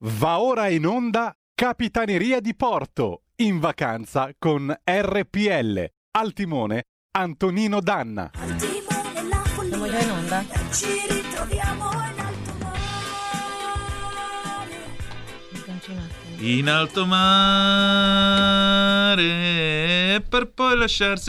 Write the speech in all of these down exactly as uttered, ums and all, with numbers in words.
Va ora in onda Capitaneria di Porto, in vacanza con R P L. Al timone Antonino Danna. Siamo già in onda? Ci ritroviamo in alto mare. In alto mare per poi lasciarsi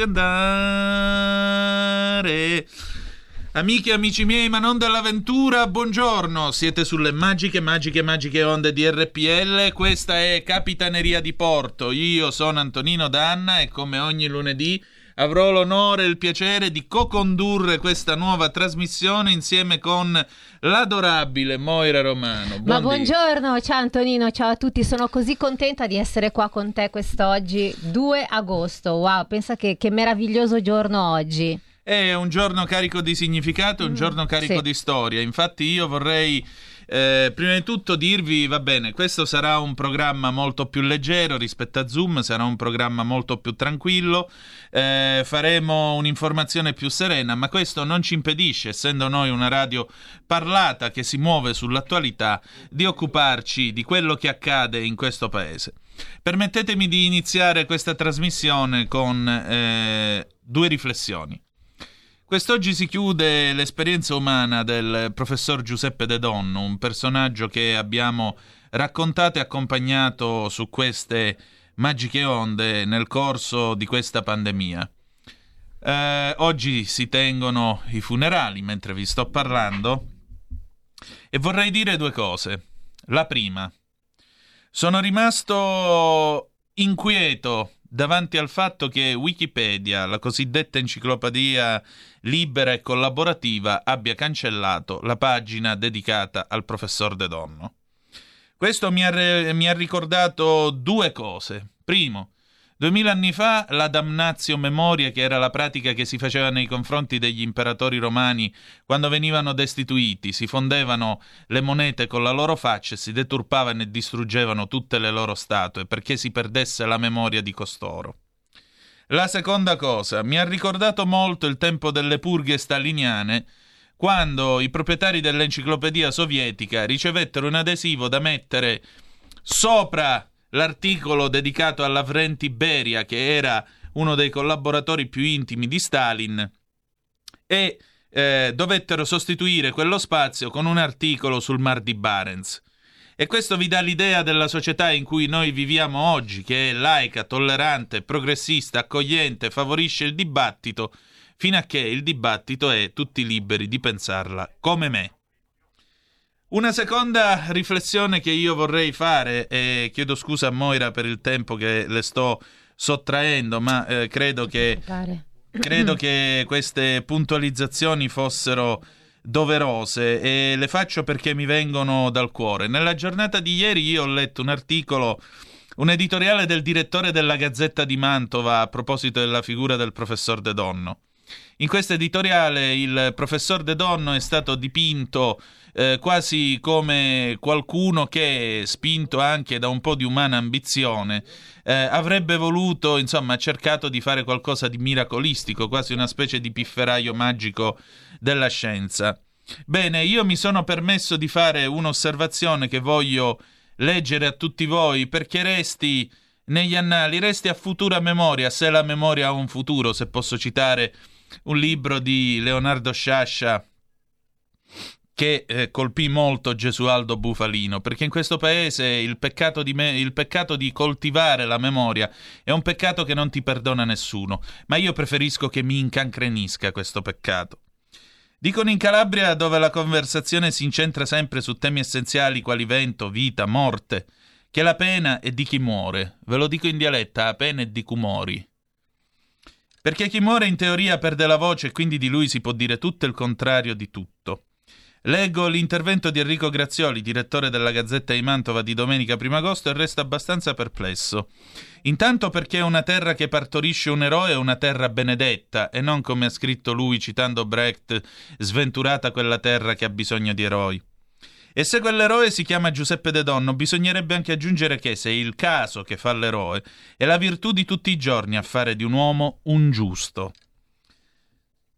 andare. Amiche e amici miei, ma non dell'avventura, buongiorno. Siete sulle magiche, magiche, magiche onde di R P L. Questa è Capitaneria di Porto. Io sono Antonino Danna e come ogni lunedì avrò l'onore e il piacere di co-condurre questa nuova trasmissione insieme con l'adorabile Moira Romano. Ma buongiorno, ciao Antonino, ciao a tutti. Sono così contenta di essere qua con te quest'oggi, due agosto. Wow, pensa che, che meraviglioso giorno oggi. È un giorno carico di significato, un mm, giorno carico sì. di storia. Infatti io vorrei eh, prima di tutto dirvi, va bene, questo sarà un programma molto più leggero rispetto a Zoom, sarà un programma molto più tranquillo, eh, faremo un'informazione più serena, ma questo non ci impedisce, essendo noi una radio parlata che si muove sull'attualità, di occuparci di quello che accade in questo paese. Permettetemi di iniziare questa trasmissione con eh, due riflessioni. Quest'oggi si chiude l'esperienza umana del professor Giuseppe De Donno, un personaggio che abbiamo raccontato e accompagnato su queste magiche onde nel corso di questa pandemia. Eh, oggi si tengono i funerali mentre vi sto parlando e vorrei dire due cose. La prima, sono rimasto inquieto davanti al fatto che Wikipedia, la cosiddetta enciclopedia libera e collaborativa, abbia cancellato la pagina dedicata al professor De Donno. Questo mi ha, re- mi ha ricordato due cose. Primo, duemila anni fa la damnatio memoria, che era la pratica che si faceva nei confronti degli imperatori romani quando venivano destituiti, si fondevano le monete con la loro faccia e si deturpavano e distruggevano tutte le loro statue perché si perdesse la memoria di costoro. La seconda cosa, mi ha ricordato molto il tempo delle purghe staliniane, quando i proprietari dell'enciclopedia sovietica ricevettero un adesivo da mettere sopra l'articolo dedicato a Lavrentij Beria, che era uno dei collaboratori più intimi di Stalin, e eh, dovettero sostituire quello spazio con un articolo sul Mar di Barents. E questo vi dà l'idea della società in cui noi viviamo oggi, che è laica, tollerante, progressista, accogliente, favorisce il dibattito, fino a che il dibattito è tutti liberi di pensarla come me. Una seconda riflessione che io vorrei fare, e chiedo scusa a Moira per il tempo che le sto sottraendo, ma eh, credo che credo che queste puntualizzazioni fossero doverose e le faccio perché mi vengono dal cuore. Nella giornata di ieri io ho letto un articolo, un editoriale del direttore della Gazzetta di Mantova a proposito della figura del professor De Donno. In questo editoriale il professor De Donno è stato dipinto eh, quasi come qualcuno che, spinto anche da un po' di umana ambizione, eh, avrebbe voluto, insomma, ha cercato di fare qualcosa di miracolistico, quasi una specie di pifferaio magico della scienza. Bene, io mi sono permesso di fare un'osservazione che voglio leggere a tutti voi perché resti negli annali, resti a futura memoria, se la memoria ha un futuro, se posso citare un libro di Leonardo Sciascia che eh, colpì molto Gesualdo Bufalino, perché in questo paese il peccato di me- il peccato di coltivare la memoria è un peccato che non ti perdona nessuno, ma io preferisco che mi incancrenisca questo peccato. Dicono in Calabria, dove la conversazione si incentra sempre su temi essenziali quali vento, vita, morte, che la pena è di chi muore. Ve lo dico in dialetta, la pena è di chi muori. Perché chi muore in teoria perde la voce e quindi di lui si può dire tutto il contrario di tutto. Leggo l'intervento di Enrico Grazioli, direttore della Gazzetta di Mantova di domenica primo agosto, e resto abbastanza perplesso. Intanto perché una terra che partorisce un eroe è una terra benedetta, e non, come ha scritto lui citando Brecht, sventurata quella terra che ha bisogno di eroi. E se quell'eroe si chiama Giuseppe De Donno, bisognerebbe anche aggiungere che, se è il caso che fa l'eroe, è la virtù di tutti i giorni a fare di un uomo un giusto.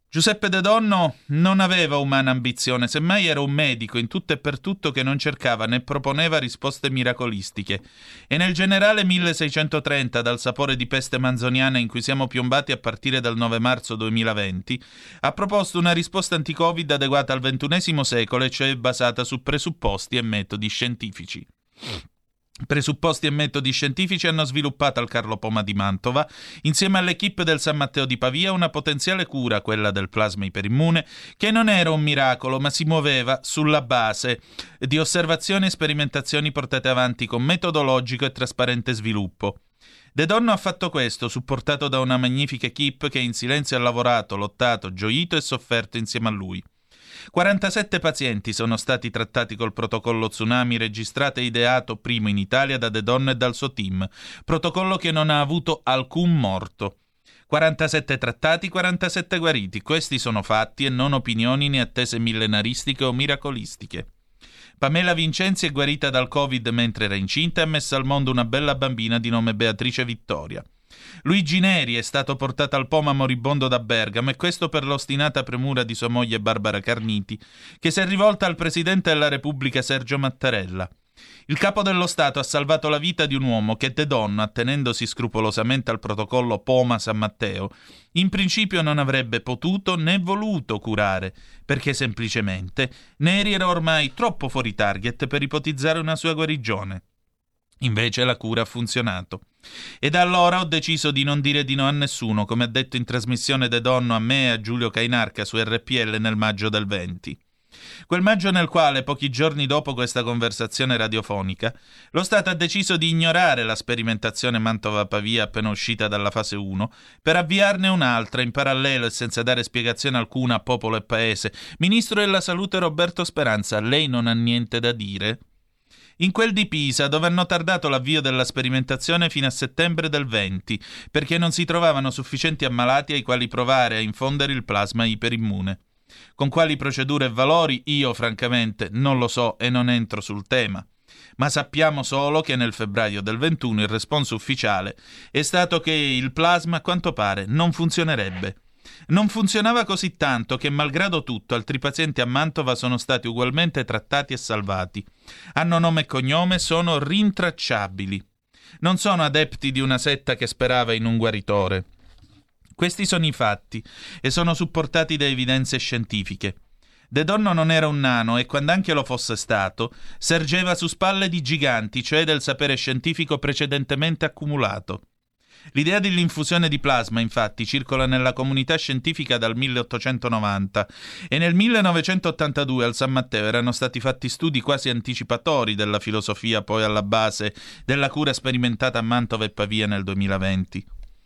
Giuseppe De Donno non aveva umana ambizione, semmai era un medico in tutto e per tutto che non cercava né proponeva risposte miracolistiche. E nel generale milleseicentotrenta, dal sapore di peste manzoniana in cui siamo piombati a partire dal nove marzo duemilaventi, ha proposto una risposta anti-Covid adeguata al ventunesimo secolo, e cioè basata su presupposti e metodi scientifici. Presupposti e metodi scientifici hanno sviluppato al Carlo Poma di Mantova, insieme all'equipe del San Matteo di Pavia, una potenziale cura, quella del plasma iperimmune, che non era un miracolo, ma si muoveva sulla base di osservazioni e sperimentazioni portate avanti con metodologico e trasparente sviluppo. De Donno ha fatto questo, supportato da una magnifica equipe che in silenzio ha lavorato, lottato, gioito e sofferto insieme a lui. quarantasette pazienti sono stati trattati col protocollo Tsunami, registrato e ideato primo in Italia da De Donno e dal suo team, protocollo che non ha avuto alcun morto. quarantasette trattati, quarantasette guariti, questi sono fatti e non opinioni né attese millenaristiche o miracolistiche. Pamela Vincenzi è guarita dal Covid mentre era incinta e ha messo al mondo una bella bambina di nome Beatrice Vittoria. Luigi Neri è stato portato al Poma moribondo da Bergamo, e questo per l'ostinata premura di sua moglie Barbara Carniti, che si è rivolta al Presidente della Repubblica Sergio Mattarella. Il Capo dello Stato ha salvato la vita di un uomo che De Donno, attenendosi scrupolosamente al protocollo Poma-San Matteo, in principio non avrebbe potuto né voluto curare, perché semplicemente Neri era ormai troppo fuori target per ipotizzare una sua guarigione. Invece la cura ha funzionato. E da allora ho deciso di non dire di no a nessuno, come ha detto in trasmissione De Donno a me e a Giulio Cainarca su R P L nel maggio del venti. Quel maggio nel quale, pochi giorni dopo questa conversazione radiofonica, lo Stato ha deciso di ignorare la sperimentazione Mantova-Pavia appena uscita dalla fase uno per avviarne un'altra in parallelo e senza dare spiegazione alcuna a popolo e paese. Ministro della Salute Roberto Speranza, lei non ha niente da dire? In quel di Pisa, dove hanno tardato l'avvio della sperimentazione fino a settembre del venti, perché non si trovavano sufficienti ammalati ai quali provare a infondere il plasma iperimmune. Con quali procedure e valori io, francamente, non lo so e non entro sul tema. Ma sappiamo solo che nel febbraio del ventuno il responso ufficiale è stato che il plasma, a quanto pare, non funzionerebbe. Non funzionava così tanto che, malgrado tutto, altri pazienti a Mantova sono stati ugualmente trattati e salvati. Hanno nome e cognome, sono rintracciabili. Non sono adepti di una setta che sperava in un guaritore. Questi sono i fatti e sono supportati da evidenze scientifiche. De Donno non era un nano e, quando anche lo fosse stato, sergeva su spalle di giganti, cioè del sapere scientifico precedentemente accumulato. L'idea dell'infusione di plasma, infatti, circola nella comunità scientifica dal milleottocentonovanta e nel millenovecentottantadue al San Matteo erano stati fatti studi quasi anticipatori della filosofia poi alla base della cura sperimentata a Mantova e Pavia nel duemilaventi.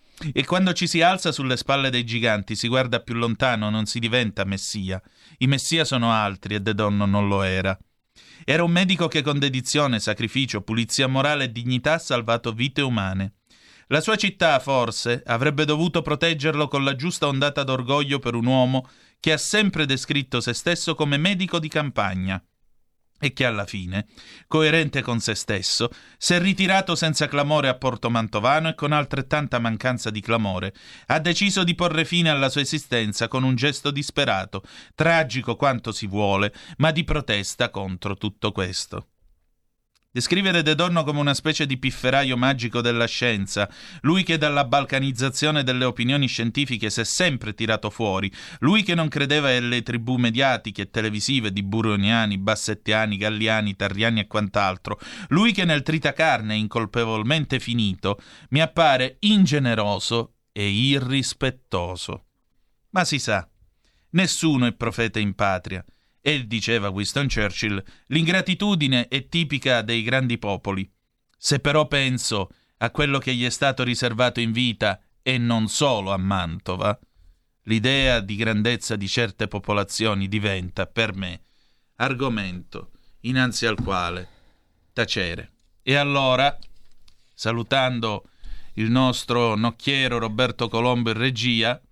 E quando ci si alza sulle spalle dei giganti, si guarda più lontano, non si diventa messia. I messia sono altri e De Donno non lo era. Era un medico che con dedizione, sacrificio, pulizia morale e dignità ha salvato vite umane. La sua città, forse, avrebbe dovuto proteggerlo con la giusta ondata d'orgoglio per un uomo che ha sempre descritto se stesso come medico di campagna e che alla fine, coerente con se stesso, si è ritirato senza clamore a Porto Mantovano e con altrettanta mancanza di clamore ha deciso di porre fine alla sua esistenza con un gesto disperato, tragico quanto si vuole, ma di protesta contro tutto questo. Descrivere De Donno come una specie di pifferaio magico della scienza, lui che dalla balcanizzazione delle opinioni scientifiche si è sempre tirato fuori, lui che non credeva alle tribù mediatiche e televisive di Buroniani, Bassettiani, Galliani, Tarriani e quant'altro, lui che nel tritacarne è incolpevolmente finito, mi appare ingeneroso e irrispettoso. Ma si sa, nessuno è profeta in patria. E, diceva Winston Churchill, l'ingratitudine è tipica dei grandi popoli. Se però penso a quello che gli è stato riservato in vita, e non solo a Mantova, l'idea di grandezza di certe popolazioni diventa, per me, argomento innanzi al quale tacere. E allora, salutando il nostro nocchiero Roberto Colombo in regia,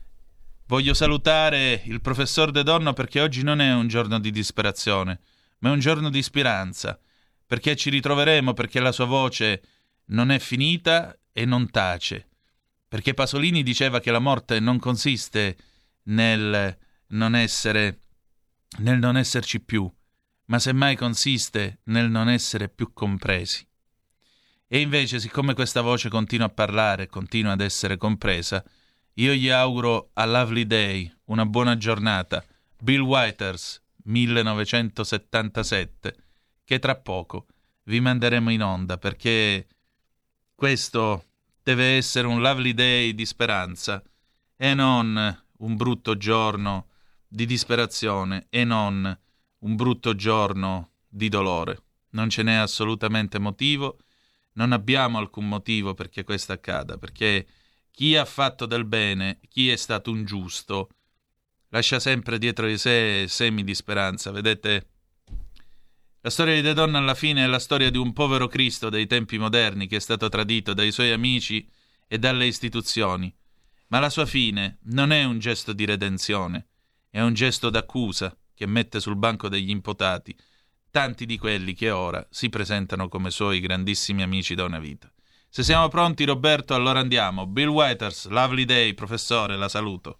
voglio salutare il professor De Donno perché oggi non è un giorno di disperazione, ma è un giorno di speranza, perché ci ritroveremo, perché la sua voce non è finita e non tace, perché Pasolini diceva che la morte non consiste nel non essere, nel non esserci più, ma semmai consiste nel non essere più compresi. E invece, siccome questa voce continua a parlare, continua ad essere compresa, io gli auguro a Lovely Day, una buona giornata, Bill Withers, millenovecentosettantasette, che tra poco vi manderemo in onda, perché questo deve essere un Lovely Day di speranza e non un brutto giorno di disperazione e non un brutto giorno di dolore. Non ce n'è assolutamente motivo, non abbiamo alcun motivo perché questo accada, perché chi ha fatto del bene, chi è stato un giusto, lascia sempre dietro di sé semi di speranza. Vedete, la storia di De Donna alla fine è la storia di un povero Cristo dei tempi moderni che è stato tradito dai suoi amici e dalle istituzioni, ma la sua fine non è un gesto di redenzione, è un gesto d'accusa che mette sul banco degli imputati tanti di quelli che ora si presentano come suoi grandissimi amici da una vita. Se siamo pronti, Roberto, allora andiamo. Bill Withers, Lovely Day, professore, la saluto.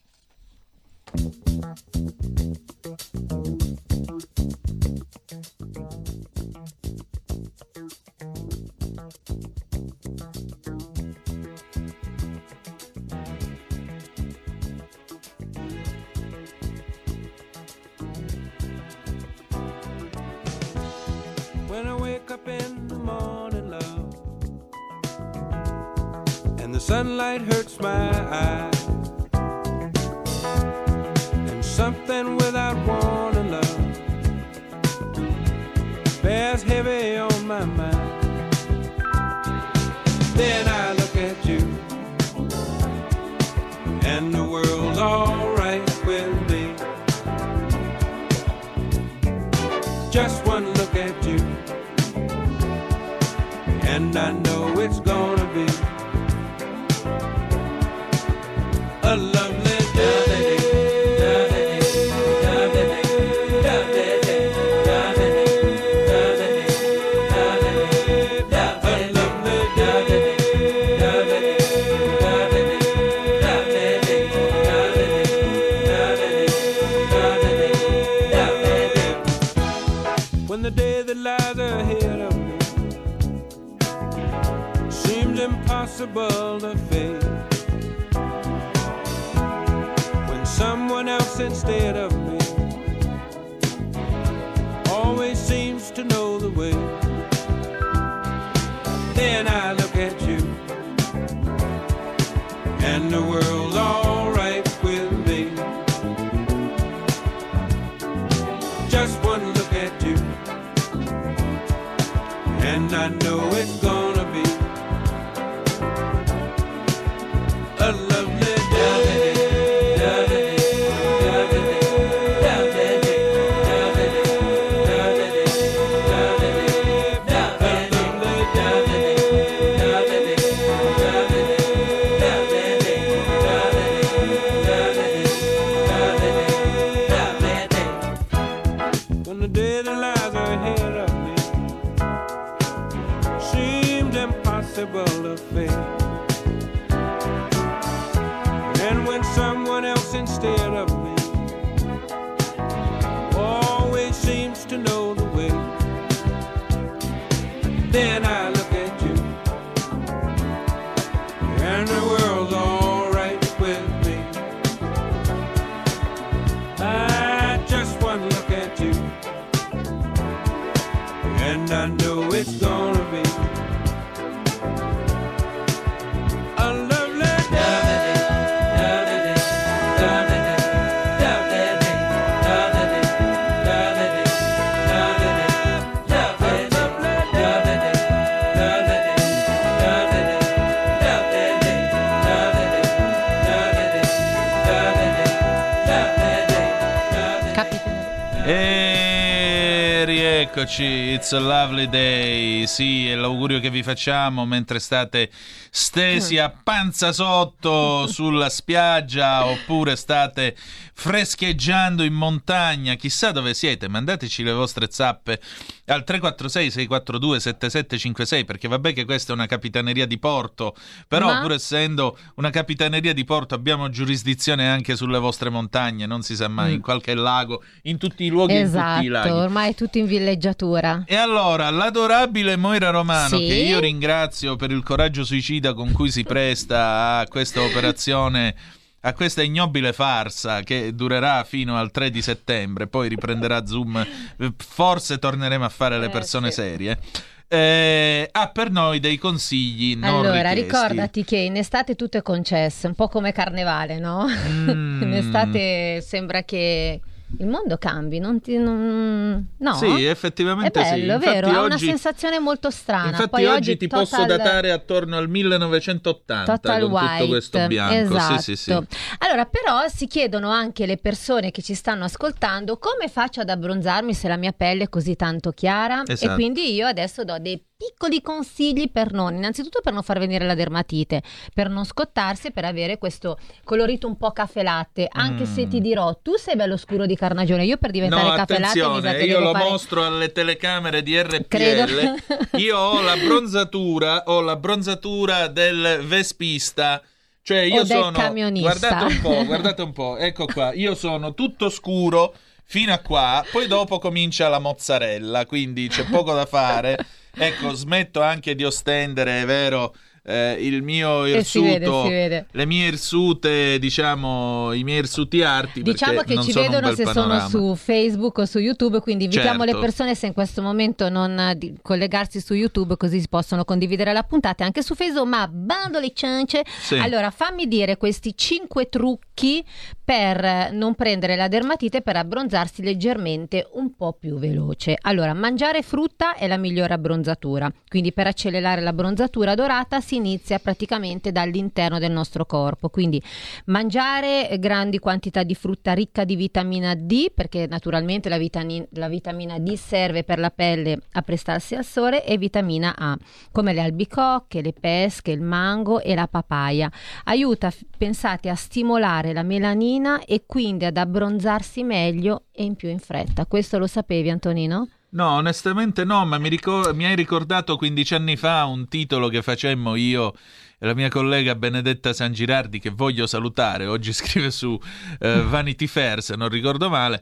When I wake up in the morning, love, and the sunlight hurts my eyes, and something without warning, love, bears heavy on my mind. Then I look at you, and the world's alright with me. Just one look at you, and I know it's gonna be a lovely day. When the day that lies ahead of me seems impossible to face, when someone else instead of me always seems to know the way, then I look at you, and the world's alright with me. Just one look at you, and I know it's gonna be a lovely day. When the day that lies ahead of me seems impossible to face, and when someone else instead of me always seems to know the way, then I look at you, and the world's alright with me. I just one look at you, and I know it's gonna be a lovely day. E rieccoci, it's a lovely day. Sì, è l'augurio che vi facciamo mentre state stesi a panza sotto sulla spiaggia oppure state frescheggiando in montagna. Chissà dove siete, mandateci le vostre zappe al tre quattro sei sei quattro due sette sette cinque sei, perché vabbè che questa è una capitaneria di porto, però Ma... pur essendo una capitaneria di porto abbiamo giurisdizione anche sulle vostre montagne, non si sa mai, mm. in qualche lago, in tutti i luoghi, esatto, in tutti i laghi. Ormai è tutto in villeggiatura. E allora, l'adorabile Moira Romano, sì? che io ringrazio per il coraggio suicida con cui si presta a questa operazione, a questa ignobile farsa che durerà fino al tre di settembre, poi riprenderà Zoom, forse torneremo a fare le persone eh, sì. serie. Eh, ha per noi dei consigli non allora richiesti. Ricordati che in estate tutto è concesso, un po' come carnevale, no? Mm. In estate sembra che il mondo cambi, non ti, non... no? Sì, effettivamente è bello, sì. vero? Infatti Ha una oggi, sensazione molto strana. Infatti Poi oggi, oggi ti total... posso datare attorno al millenovecentottanta Total con white, tutto questo bianco. esatto. Sì, sì, sì. Allora, però si chiedono anche le persone che ci stanno ascoltando come faccio ad abbronzarmi se la mia pelle è così tanto chiara. Esatto. E quindi io adesso do dei piccoli consigli per non, innanzitutto per non far venire la dermatite, per non scottarsi e per avere questo colorito un po' caffè latte, anche Mm. se ti dirò, tu sei bello scuro di carnagione, io per diventare No, caffè latte mi sa attenzione, che io devo lo fare... mostro alle telecamere di R P L. Credo. Io ho la bronzatura, ho la bronzatura del vespista. Cioè io O del sono, camionista. guardate un po', guardate un po', ecco qua, io sono tutto scuro fino a qua, poi dopo comincia la mozzarella, quindi c'è poco da fare. Ecco, smetto anche di ostendere, è vero, eh, il mio irsuto, E si vede, si vede. le mie irsute, diciamo, i miei irsuti arti, Diciamo perché che non ci sono un vedono bel se panorama. sono su Facebook o su YouTube, quindi invitiamo Certo. le persone, se in questo momento non eh, di collegarsi su YouTube, così si possono condividere la puntata anche su Facebook. Ma bando le ciance, Sì. allora fammi dire questi cinque trucchi per eh, non prendere la dermatite, per abbronzarsi leggermente un po' più veloce. Allora, mangiare frutta è la migliore abbronzatura, quindi per accelerare l'abbronzatura dorata si inizia praticamente dall'interno del nostro corpo, quindi mangiare grandi quantità di frutta ricca di vitamina D, perché naturalmente la, vitani- la vitamina D serve per la pelle a prestarsi al sole, e vitamina A, come le albicocche, le pesche, il mango e la papaya. Aiuta, f- pensate, a stimolare la melanina e quindi ad abbronzarsi meglio e in più in fretta. Questo lo sapevi, Antonino? No, onestamente no, ma mi, ricor- mi hai ricordato quindici anni fa un titolo che facemmo io e la mia collega Benedetta San Girardi, che voglio salutare, oggi scrive su eh, Vanity Fair, se non ricordo male,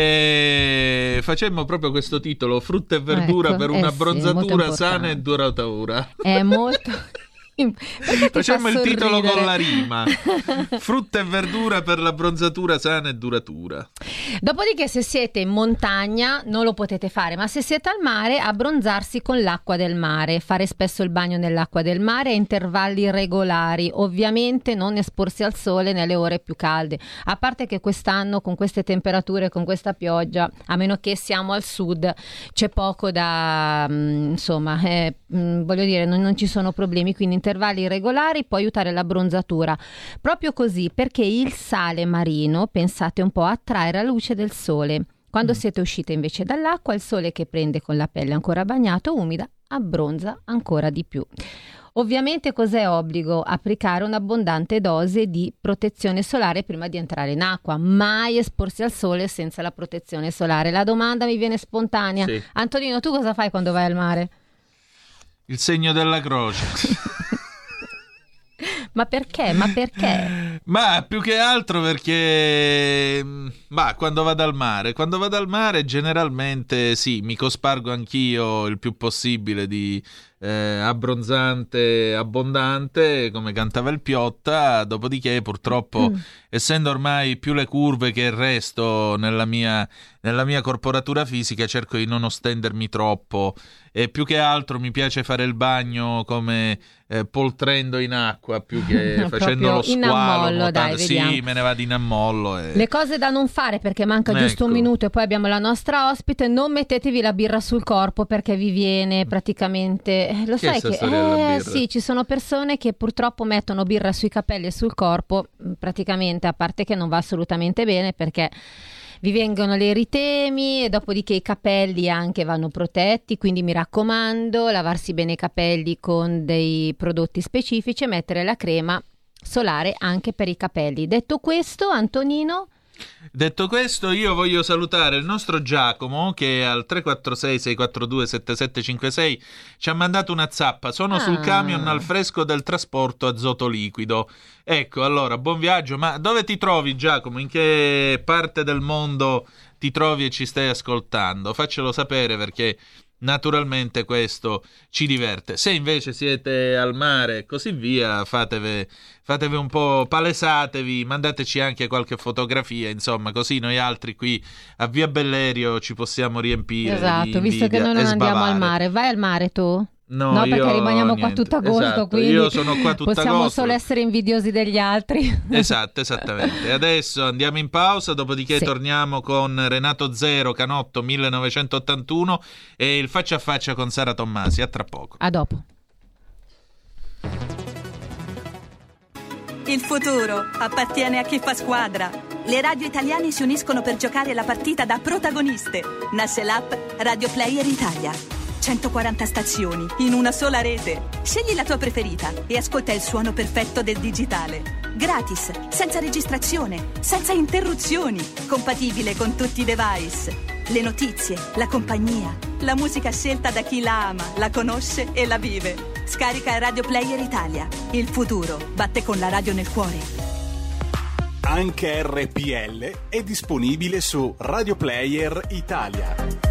e facemmo proprio questo titolo, frutta e verdura Ecco, per eh una sì, bronzatura molto sana e importante. duratura. È molto... Perché ti Facemmo fa il titolo sorridere? con la rima. Frutta e verdura per la bronzatura sana e duratura. Dopodiché, se siete in montagna non lo potete fare, ma se siete al mare, abbronzarsi con l'acqua del mare, fare spesso il bagno nell'acqua del mare a intervalli regolari, ovviamente non esporsi al sole nelle ore più calde, a parte che quest'anno con queste temperature, con questa pioggia, a meno che siamo al sud, c'è poco da mh, insomma eh, mh, voglio dire, non, non ci sono problemi, quindi intervalli regolari può aiutare l'abbronzatura, proprio così, perché il sale marino, pensate un po', attrae la luce del sole. Quando mm. siete uscite invece dall'acqua, il sole che prende con la pelle ancora bagnata, umida, abbronza ancora di più. Ovviamente cos'è obbligo? Applicare un'abbondante dose di protezione solare prima di entrare in acqua. Mai esporsi al sole senza la protezione solare. La domanda mi viene spontanea. Sì. Antonino, tu cosa fai quando vai al mare? Il segno della croce. Ma perché? Ma perché? Ma più che altro perché ma quando vado al mare, quando vado al mare generalmente sì, mi cospargo anch'io il più possibile di eh, abbronzante abbondante, come cantava il Piotta, dopodiché purtroppo mm. essendo ormai più le curve che il resto nella mia, nella mia corporatura fisica, cerco di non ostendermi troppo e più che altro mi piace fare il bagno come eh, poltrendo in acqua più che facendo lo in squalo, ammollo, dai, sì, vediamo. me ne vado in ammollo e... Le cose da non fare, perché manca ecco. giusto un minuto e poi abbiamo la nostra ospite. Non mettetevi la birra sul corpo, perché vi viene praticamente eh, lo che sai che eh, sì, ci sono persone che purtroppo mettono birra sui capelli e sul corpo, praticamente, a parte che non va assolutamente bene, perché vi vengono le eritemi e dopodiché i capelli anche vanno protetti, quindi mi raccomando, lavarsi bene i capelli con dei prodotti specifici e mettere la crema solare anche per i capelli. Detto questo, Antonino, Detto questo, io voglio salutare il nostro Giacomo che al tre quattro sei sei quattro due sette sette cinque sei ci ha mandato una zappa. Sono Ah. sul camion al fresco del trasporto azoto liquido. Ecco, allora, buon viaggio. Ma dove ti trovi, Giacomo? In che parte del mondo ti trovi e ci stai ascoltando? Faccelo sapere, perché naturalmente questo ci diverte. Se invece siete al mare e così via, fatevi, fatevi un po', palesatevi, mandateci anche qualche fotografia, insomma, così noi altri qui a Via Bellerio ci possiamo riempire di Esatto, visto che invidia noi non e andiamo sbavare. al mare. Vai al mare tu? No, No, perché io rimaniamo qua niente. tutto agosto, Esatto, quindi io sono qua tutto possiamo agosto. solo essere invidiosi degli altri. Esatto, esattamente. Adesso andiamo in pausa, dopodiché Sì. torniamo con Renato Zero, Canotto millenovecentottantuno e il faccia a faccia con Sara Tommasi. A tra poco. A dopo. Il futuro appartiene a chi fa squadra. Le radio italiane si uniscono per giocare la partita da protagoniste. Nasce l'app Radio Player Italia. centoquaranta stazioni in una sola rete. Scegli la tua preferita e ascolta il suono perfetto del digitale. Gratis, senza registrazione, senza interruzioni, compatibile con tutti i device. Le notizie, la compagnia, la musica scelta da chi la ama, la conosce e la vive. Scarica Radio Player Italia. Il futuro batte con la radio nel cuore. Anche R P L è disponibile su Radio Player Italia.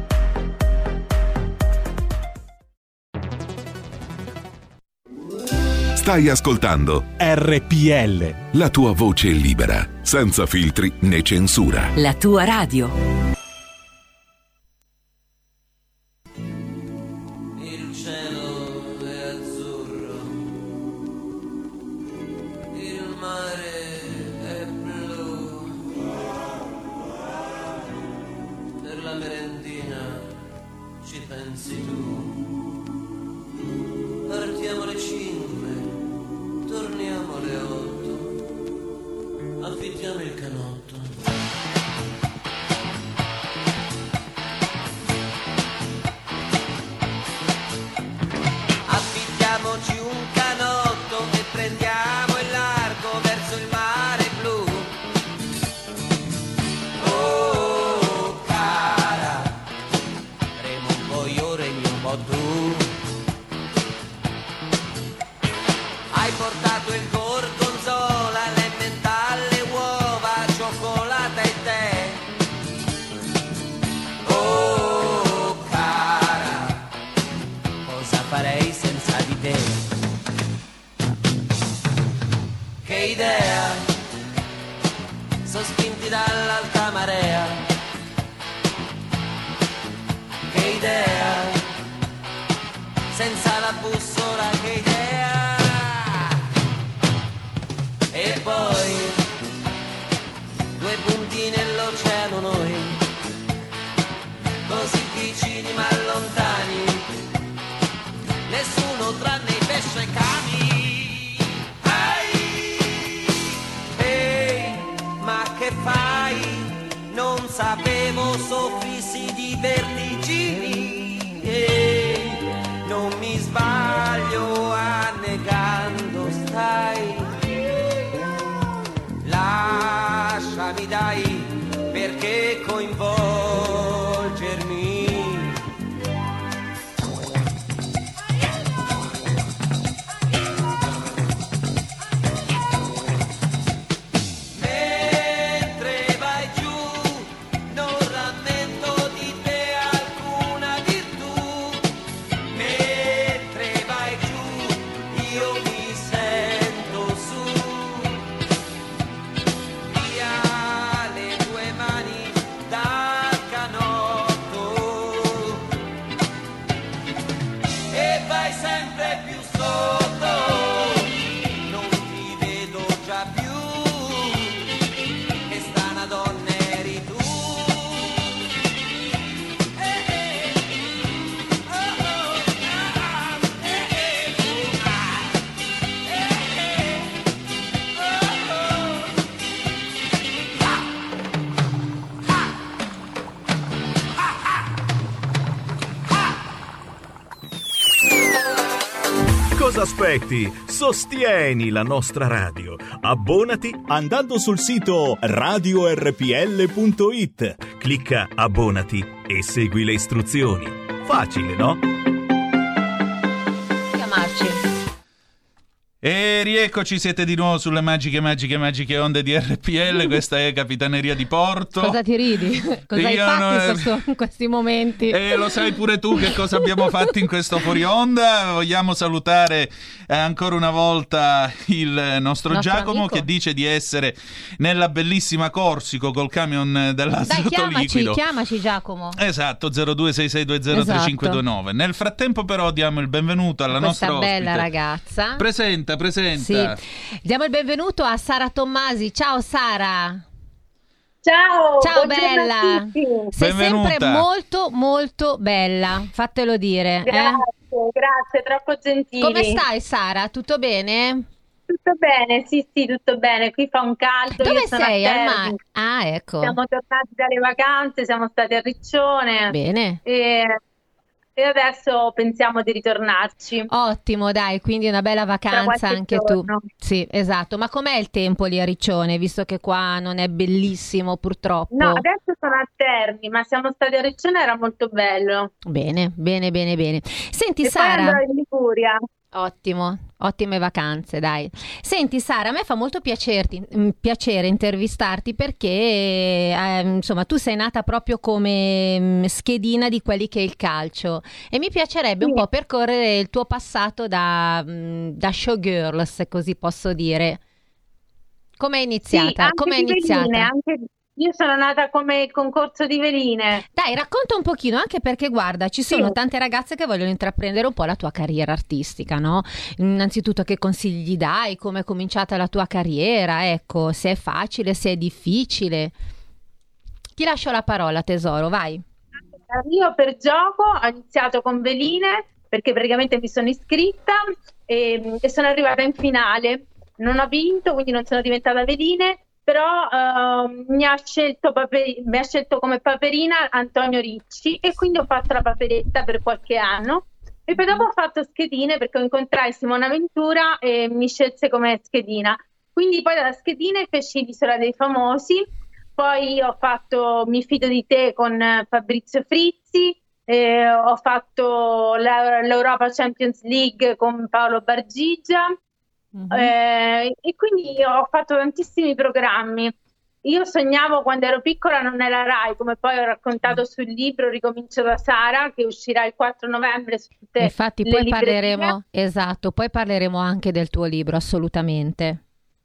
Stai ascoltando R P L. la tua voce libera, senza filtri né censura. La tua radio. Il cielo è azzurro, il mare è blu. Per la merendina ci pensi tu. Partiamo alle cinque, torniamo alle otto, affittiamo il canotto. Affittiamoci un canotto e prendiamo il largo verso il mare blu. Oh cara, remo un po' io, remi un po' tu. Hai portato il gorgonzola, l'emmental, le uova, cioccolata e tè. Oh cara, cosa farei senza di te? Che idea, sospinti dall'alta marea. Che idea, senza la bussola, che idea. E poi due punti nell'oceano noi, così vicini ma lontani, nessuno tranne i pesci e i cani. Ai, ehi, ma che fai? Non sapevo soffrissi di vertigini. Ehi, non mi sbaglio, annegando stai. Lasciami dai, perché coinvolgermi? Mentre vai giù, non rammento di te alcuna virtù. Mentre vai giù, io mi sento su. Via le tue mani dal canotto e vai sempre più sotto, non ti vedo già più, che strana donna eri tu. Eh, eh, oh, oh, ah, eh, eh, uh, ah, eh, eh, oh, oh. Cosa aspetti? Sostieni la nostra radio. Abbonati andando sul sito radio erre pi elle punto it. Clicca abbonati e segui le istruzioni. Facile, no? Chiamarci. E rieccoci, siete di nuovo sulle magiche, magiche, magiche onde di erre pi elle. Questa è Capitaneria di Porto. Cosa ti ridi? Cosa hai Io fatto non- in, questo- in questi momenti? E lo sai pure tu che cosa abbiamo fatto in questo fuori onda. Vogliamo salutare eh, ancora una volta il nostro, Nostro Giacomo, amico. che dice di essere nella bellissima Corsico col camion Dai, dell'azoto chiamaci, liquido. chiamaci Giacomo. Esatto, zero due sei sei due zero tre cinque due nove. Nel frattempo però diamo il benvenuto alla Questa nostra bella ospite. ragazza. Presenta, presenta. Sì. Diamo il benvenuto a Sara Tommasi. Ciao Sara. Ciao, Ciao buongiorno bella. a tutti. Sei Benvenuta. sempre molto molto bella, fatelo dire. eh. Grazie, grazie, troppo gentili. Come stai Sara? Tutto bene? Tutto bene, sì, sì, tutto bene. Qui fa un caldo. Dove io sono a sei? Al Terni. mare? Ah, ecco. Siamo tornati dalle vacanze, siamo stati a Riccione Bene. e, e adesso pensiamo di ritornarci. Ottimo, dai, quindi una bella vacanza qualche anche giorno. tu. Sì, esatto. Ma com'è il tempo lì a Riccione, visto che qua non è bellissimo purtroppo? No, adesso sono a Terni, ma siamo stati a Riccione, era molto bello. Bene, bene, bene, bene. Senti E poi Sara, andrò in Liguria. ottimo, ottime vacanze, dai. Senti Sara, a me fa molto piacerti, mm, piacere intervistarti perché eh, insomma tu sei nata proprio come mm, schedina di quelli che è il calcio e mi piacerebbe un Sì. po' percorrere il tuo passato da, mm, da showgirl, se così posso dire. Come è Sì, iniziata? anche Come è di iniziata? veline, anche... Io sono nata come concorso di veline. Dai, racconta un pochino, anche perché guarda, ci sono Sì. tante ragazze che vogliono intraprendere un po' la tua carriera artistica, no? Innanzitutto che consigli dai, come è cominciata la tua carriera, ecco, se è facile, se è difficile. Ti lascio la parola, tesoro, vai. Io per gioco ho iniziato con veline perché praticamente mi sono iscritta e, e sono arrivata in finale. Non ho vinto, quindi non sono diventata veline, però ehm, mi ha scelto, Pape- mi ha scelto come paperina Antonio Ricci e quindi ho fatto la paperetta per qualche anno. E poi dopo ho fatto schedine perché incontrai Simona Ventura e mi scelse come schedina. Quindi poi dalla schedina feci l'Isola dei Famosi, poi ho fatto Mi fido di te con eh, Fabrizio Frizzi, eh, ho fatto la- l'Europa Champions League con Paolo Bargigia, Mhm. eh, e quindi ho fatto tantissimi programmi. Io sognavo quando ero piccola non era Rai, come poi ho raccontato sul libro Ricomincio da Sara, che uscirà il quattro novembre su tutte Infatti le poi librerie. parleremo, esatto, poi parleremo anche del tuo libro, assolutamente.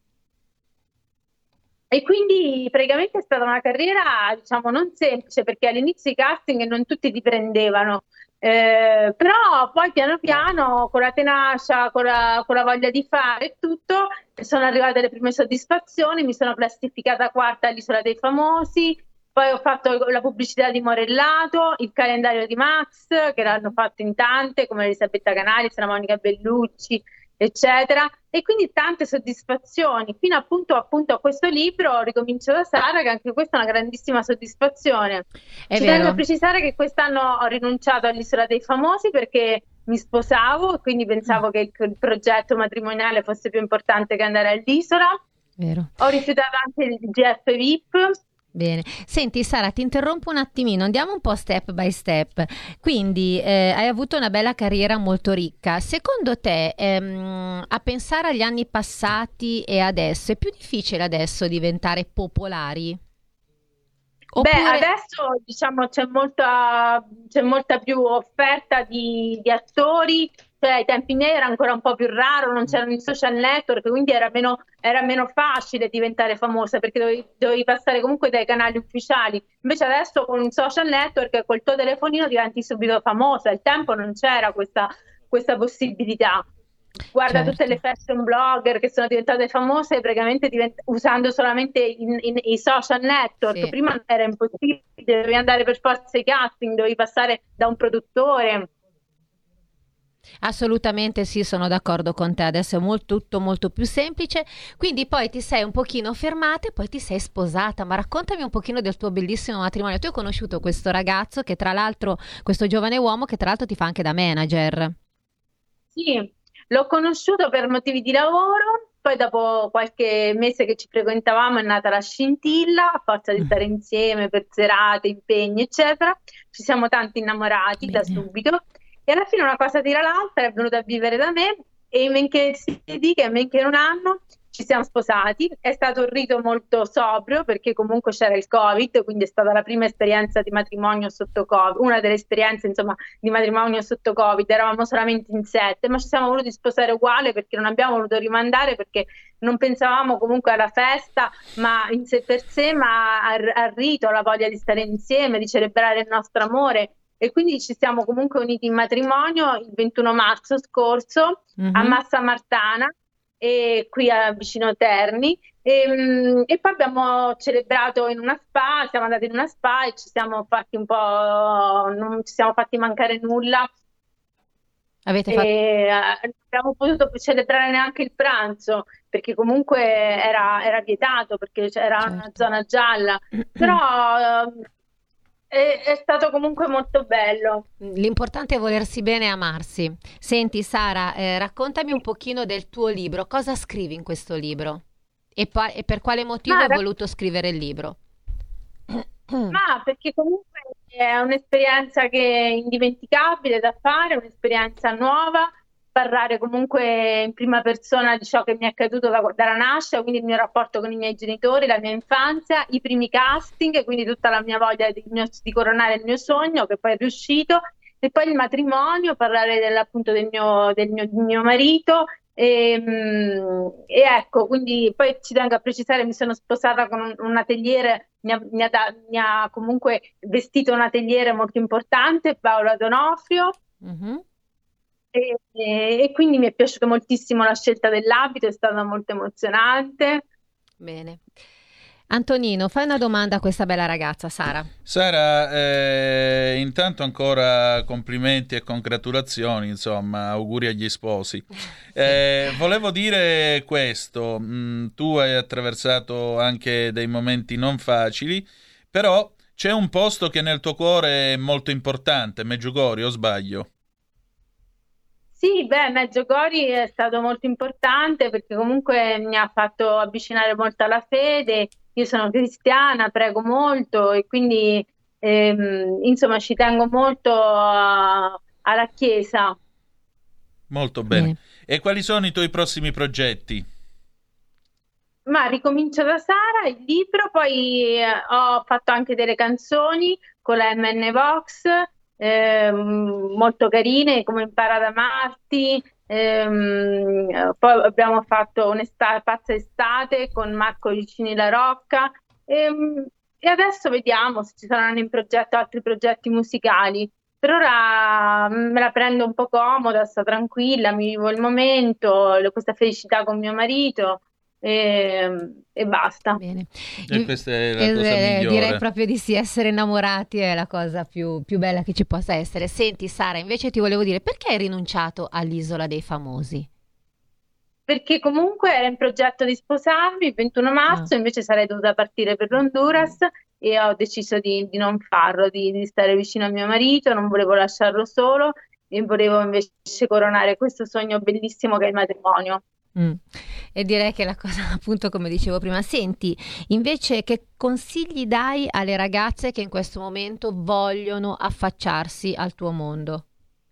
E quindi praticamente è stata una carriera, diciamo, non semplice, perché all'inizio i casting non tutti ti prendevano. Eh, però poi piano piano, con la tenacia, con la, con la voglia di fare e tutto, sono arrivate le prime soddisfazioni, mi sono classificata quarta all'Isola dei Famosi, poi ho fatto la pubblicità di Morellato, il calendario di Max, che l'hanno fatto in tante, come Elisabetta Canalis, la Monica Bellucci, eccetera, e quindi tante soddisfazioni, fino appunto, appunto a questo libro Ricomincio da Sara, che anche questa è una grandissima soddisfazione. È Ci tengo vero. a precisare che quest'anno ho rinunciato all'Isola dei Famosi perché mi sposavo e quindi pensavo che il, il progetto matrimoniale fosse più importante che andare all'isola. Vero. Ho rifiutato anche il G F V I P. Bene, senti Sara, ti interrompo un attimino, andiamo un po' step by step. Quindi eh, hai avuto una bella carriera molto ricca. Secondo te, ehm, a pensare agli anni passati e adesso, è più difficile adesso diventare popolari? Oppure... Beh, adesso diciamo c'è molta, c'è molta più offerta di, di attori, cioè ai tempi miei era ancora un po' più raro, non c'erano i social network, quindi era meno, era meno facile diventare famosa perché dovevi, dovevi passare comunque dai canali ufficiali. Invece adesso con un social network, col tuo telefonino diventi subito famosa, al tempo non c'era questa, questa possibilità. Guarda Certo. tutte le fashion blogger che sono diventate famose praticamente divent- usando solamente in- in- i social network. Sì. Prima era impossibile, dovevi andare per forza ai casting, dovevi passare da un produttore. Assolutamente sì, sono d'accordo con te, adesso è molto, tutto molto più semplice, quindi poi ti sei un pochino fermata e poi ti sei sposata, ma raccontami un pochino del tuo bellissimo matrimonio. Tu hai conosciuto questo ragazzo che tra l'altro, questo giovane uomo che tra l'altro ti fa anche da manager. Sì, L'ho conosciuto per motivi di lavoro, poi dopo qualche mese che ci frequentavamo è nata la scintilla, a forza di stare insieme per serate, impegni, eccetera. Ci siamo tanti innamorati Bene. da subito e alla fine una cosa tira l'altra, è venuta a vivere da me e men che si dica, men che in un anno ci siamo sposati. È stato un rito molto sobrio perché comunque c'era il Covid, quindi è stata la prima esperienza di matrimonio sotto Covid, una delle esperienze insomma di matrimonio sotto Covid. Eravamo solamente in sette, ma ci siamo voluti sposare uguale perché non abbiamo voluto rimandare, perché non pensavamo comunque alla festa ma in sé per sé, ma al, al rito, alla voglia di stare insieme, di celebrare il nostro amore. E quindi ci siamo comunque uniti in matrimonio il ventuno marzo scorso Mhm. a Massa Martana, e qui a vicino Terni, e, mm, e poi abbiamo celebrato in una spa, siamo andati in una spa e ci siamo fatti un po', non ci siamo fatti mancare nulla, Avete fatto... e eh, non abbiamo potuto celebrare neanche il pranzo perché comunque era, era vietato, perché c'era una Certo. zona gialla, però eh, è, è stato comunque molto bello. L'importante è volersi bene e amarsi. Senti Sara, eh, raccontami un pochino del tuo libro. Cosa scrivi in questo libro? E, pa- e per quale motivo Ma hai ra- voluto scrivere il libro? Ma perché comunque è un'esperienza che è indimenticabile da fare, un'esperienza nuova, parlare comunque in prima persona di ciò che mi è accaduto da- dalla nascita, quindi il mio rapporto con i miei genitori, la mia infanzia, i primi casting, quindi tutta la mia voglia di, di coronare il mio sogno, che poi è riuscito, e poi il matrimonio, parlare del, appunto del mio, del mio, del mio marito. E, mm, e ecco, quindi poi ci tengo a precisare, mi sono sposata con un, un ateliere, mi ha, mi ha da- mi ha comunque vestito un ateliere molto importante, Paola Donofrio, Mhm. e, e- e quindi mi è piaciuto moltissimo la scelta dell'abito, è stata molto emozionante. Bene. Antonino, fai una domanda a questa bella ragazza, Sara. Sara, eh, intanto ancora complimenti e congratulazioni, insomma, auguri agli sposi. Eh, volevo dire questo, mh, tu hai attraversato anche dei momenti non facili, però c'è un posto che nel tuo cuore è molto importante, Meggiugorje, o sbaglio? Sì, beh, Meggiugorje è stato molto importante perché comunque mi ha fatto avvicinare molto alla fede. Io sono cristiana, prego molto e quindi ehm, insomma ci tengo molto a- alla Chiesa. Molto bene. Bene. E quali sono i tuoi prossimi progetti? Ma ricomincio da Sara, il libro, poi eh, ho fatto anche delle canzoni con la M N Vox, ehm, molto carine, come Impara ad amarti. Ehm, poi abbiamo fatto un'estate, Pazza estate con Marco Licini La Rocca. Ehm, e adesso vediamo se ci saranno in progetto altri progetti musicali. Per ora mm, me la prendo un po' comoda, sto tranquilla, mi vivo il momento, le- questa felicità con mio marito e, e basta. Bene. E In- questa è la eh, cosa eh, migliore. Direi proprio di sì, essere innamorati è la cosa più, più bella che ci possa essere. Senti Sara, invece ti volevo dire, perché hai rinunciato all'Isola dei Famosi? Perché comunque era in progetto di sposarmi il ventuno marzo, Ah. invece sarei dovuta partire per l'Honduras e ho deciso di, di non farlo, di, di stare vicino a mio marito, non volevo lasciarlo solo e volevo invece coronare questo sogno bellissimo che è il matrimonio. Mm. E direi che la cosa, appunto, come dicevo prima, senti, invece che consigli dai alle ragazze che in questo momento vogliono affacciarsi al tuo mondo?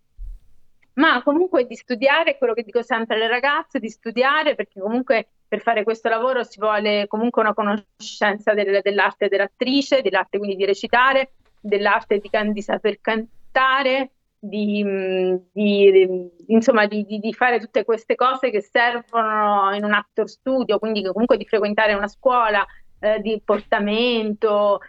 Ma comunque di studiare, quello che dico sempre alle ragazze, di studiare, perché comunque per fare questo lavoro si vuole comunque una conoscenza del- dell'arte dell'attrice, dell'arte quindi di recitare, dell'arte di, can- di saper cantare, di, mh, di- di- insomma di, di- di fare tutte queste cose che servono in un actor studio, quindi comunque di frequentare una scuola eh, di portamento,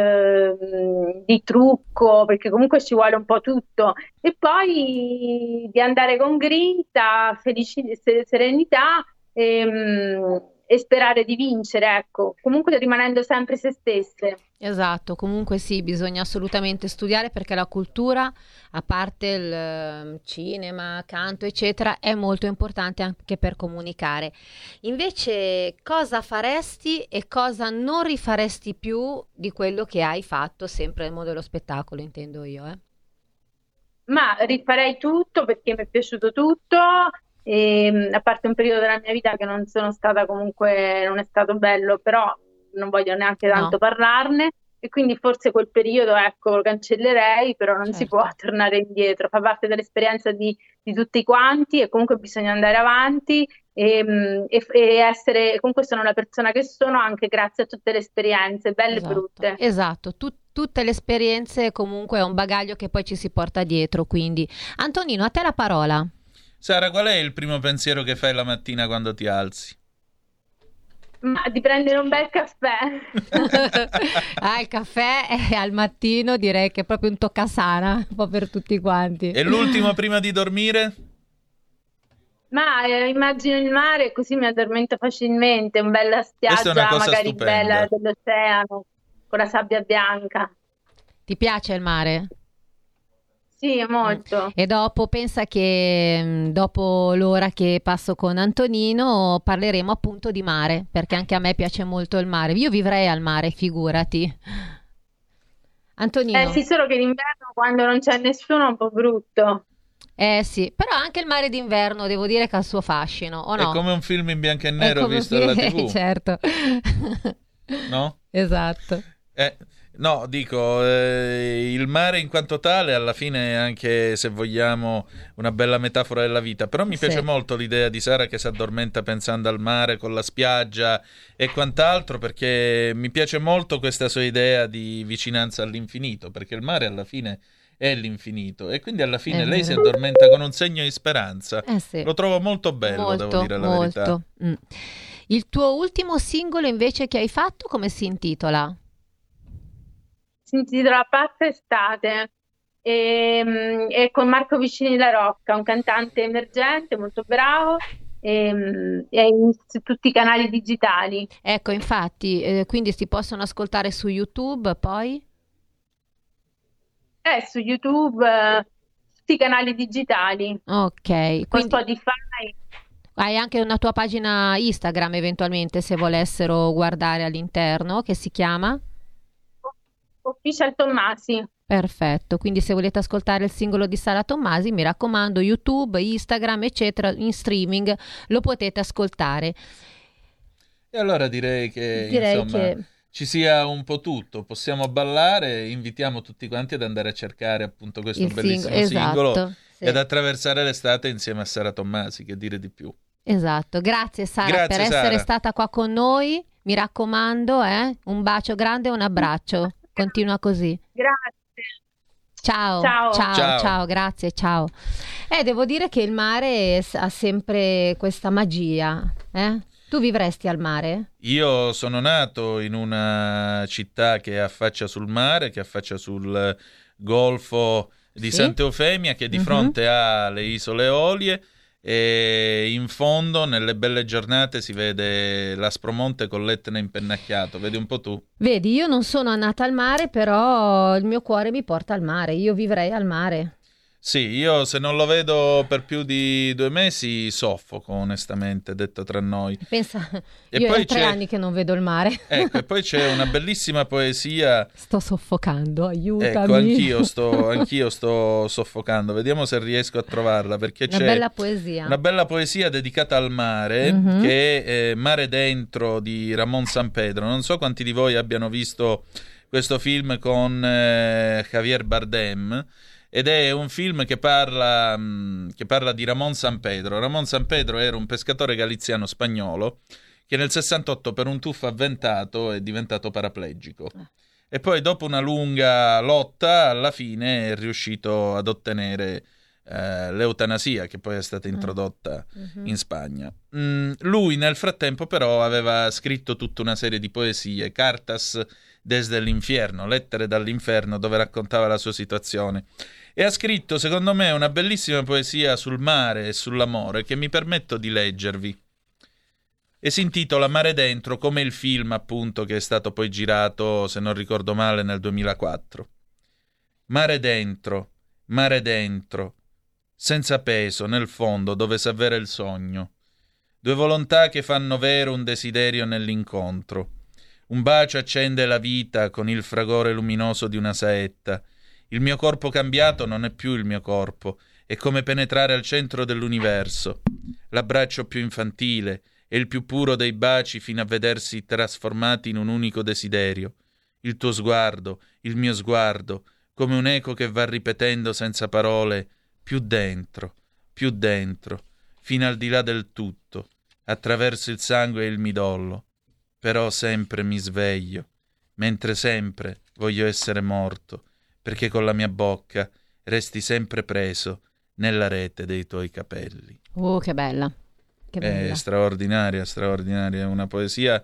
ehm, di trucco, perché comunque ci vuole un po' tutto. E poi di andare con grinta, felici- se- serenità ehm, e sperare di vincere, ecco, comunque rimanendo sempre se stesse. Esatto, comunque sì, bisogna assolutamente studiare perché la cultura, a parte il eh, cinema, canto, eccetera, è molto importante anche per comunicare. Invece, cosa faresti e cosa non rifaresti più di quello che hai fatto sempre nel mondo dello spettacolo, intendo io, eh? Ma rifarei tutto perché mi è piaciuto tutto, e, a parte un periodo della mia vita che non sono stata comunque, non è stato bello, però non voglio neanche tanto No. parlarne, e quindi forse quel periodo, ecco, lo cancellerei, però non si Certo. può tornare indietro, fa parte dell'esperienza di, di tutti quanti, e comunque bisogna andare avanti e, mh, e- e essere, comunque sono la persona che sono anche grazie a tutte le esperienze, belle e Esatto, brutte. esatto. Tu- tutte le esperienze comunque è un bagaglio che poi ci si porta dietro, quindi. Antonino, a te la parola. Sara, qual è il primo pensiero che fai la mattina quando ti alzi? Ma di prendere un bel caffè. Ah, il caffè eh, al mattino direi che è proprio un toccasana, un po' per tutti quanti. E l'ultimo prima di dormire? Ma eh, immagino il mare, così mi addormento facilmente, una bella Questa è una spiaggia, cosa magari stupenda. bella dell'oceano, con la sabbia bianca. Ti piace il mare? Sì, molto. E dopo pensa che mh, dopo l'ora che passo con Antonino parleremo appunto di mare, perché anche a me piace molto il mare. Io vivrei al mare, figurati. Antonino. Eh sì, solo che l'inverno quando non c'è nessuno è un po' brutto. Eh sì, però anche il mare d'inverno devo dire che ha il suo fascino, o no? È come un film in bianco e È nero come un visto alla film- tivù, certo. no? Esatto. Eh, no, dico, eh, il mare in quanto tale, alla fine è anche, se vogliamo, una bella metafora della vita. Però mi Sì. piace molto l'idea di Sara che si addormenta pensando al mare, con la spiaggia e quant'altro, perché mi piace molto questa sua idea di vicinanza all'infinito, perché il mare alla fine è l'infinito e quindi alla fine È lei si vero. addormenta con un segno di speranza. Eh sì. Lo trovo molto bello, Molto, devo dire la molto. verità. Mm. Il tuo ultimo singolo invece che hai fatto, come si intitola? Si intitola Pazza Estate e, mm, è con Marco Vicini La Rocca, un cantante emergente molto bravo, e, mm, è in su tutti i canali digitali. Ecco, infatti, eh, quindi si possono ascoltare su YouTube, poi? È su YouTube, eh, tutti i canali digitali, Ok, con quindi Spotify. hai anche una tua pagina Instagram eventualmente se volessero guardare all'interno, che si chiama? Official Tommasi. Perfetto, quindi se volete ascoltare il singolo di Sara Tommasi, mi raccomando, YouTube, Instagram, eccetera, in streaming lo potete ascoltare. E allora direi che, Direi insomma, che ci sia un po' tutto. Possiamo ballare, invitiamo tutti quanti ad andare a cercare appunto questo il bellissimo sing- singolo esatto, sì. e ad attraversare l'estate insieme a Sara Tommasi, che dire di più. Esatto, grazie Sara Grazie, per essere Sara. stata qua con noi, mi raccomando, eh? Un bacio grande e un abbraccio, continua così. Grazie. Ciao, Ciao. ciao, Ciao. ciao, grazie, ciao. Eh, devo dire che il mare s- ha sempre questa magia, eh? Tu vivresti al mare? Io sono nato in una città che affaccia sul mare, che affaccia sul golfo di Sì? Santa Eufemia, che di Mhm. fronte ha le isole Eolie, e in fondo, nelle belle giornate, si vede l'Aspromonte con l'Etna impennacchiato. Vedi un po' tu? Vedi, io non sono nata al mare, però il mio cuore mi porta al mare, io vivrei al mare. Sì, io se non lo vedo per più di due mesi soffoco, onestamente, detto tra noi. Pensa, E io poi è tre c'è- anni che non vedo il mare. Ecco, e poi c'è una bellissima poesia. Sto soffocando, aiutami. Ecco, anch'io sto, anch'io sto soffocando. Vediamo se riesco a trovarla, perché Una c'è bella poesia. una bella poesia dedicata al mare, Mhm. che è eh, Mare Dentro di Ramón Sampedro. Non so quanti di voi abbiano visto questo film con eh, Javier Bardem, ed è un film che parla, mh, che parla di Ramón Sampedro. Ramón Sampedro era un pescatore galiziano spagnolo che nel sessantotto per un tuffo avventato è diventato paraplegico. E poi dopo una lunga lotta, alla fine è riuscito ad ottenere eh, l'eutanasia, che poi è stata introdotta Mhm. in Spagna. Mm, lui nel frattempo però aveva scritto tutta una serie di poesie, Cartas desde l'infierno, lettere dall'inferno, dove raccontava la sua situazione. E ha scritto, secondo me, una bellissima poesia sul mare e sull'amore che mi permetto di leggervi. E si intitola Mare Dentro, come il film appunto che è stato poi girato, se non ricordo male, nel duemilaquattro. Mare dentro, mare dentro, senza peso, nel fondo, dove s'avvera il sogno. Due volontà che fanno vero un desiderio nell'incontro. Un bacio accende la vita con il fragore luminoso di una saetta. Il mio corpo cambiato non è più il mio corpo, è come penetrare al centro dell'universo, l'abbraccio più infantile e il più puro dei baci fino a vedersi trasformati in un unico desiderio. Il tuo sguardo, il mio sguardo, come un eco che va ripetendo senza parole, più dentro, più dentro, fino al di là del tutto, attraverso il sangue e il midollo. Però sempre mi sveglio, mentre sempre voglio essere morto, perché con la mia bocca resti sempre preso nella rete dei tuoi capelli. Oh, che bella, che bella. È straordinaria, straordinaria, è una poesia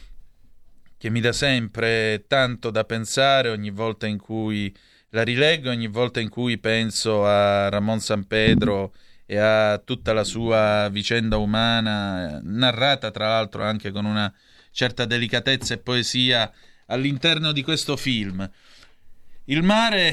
che mi dà sempre tanto da pensare ogni volta in cui la rileggo, ogni volta in cui penso a Ramon Sampedro e a tutta la sua vicenda umana, narrata tra l'altro anche con una certa delicatezza e poesia all'interno di questo film. Il mare...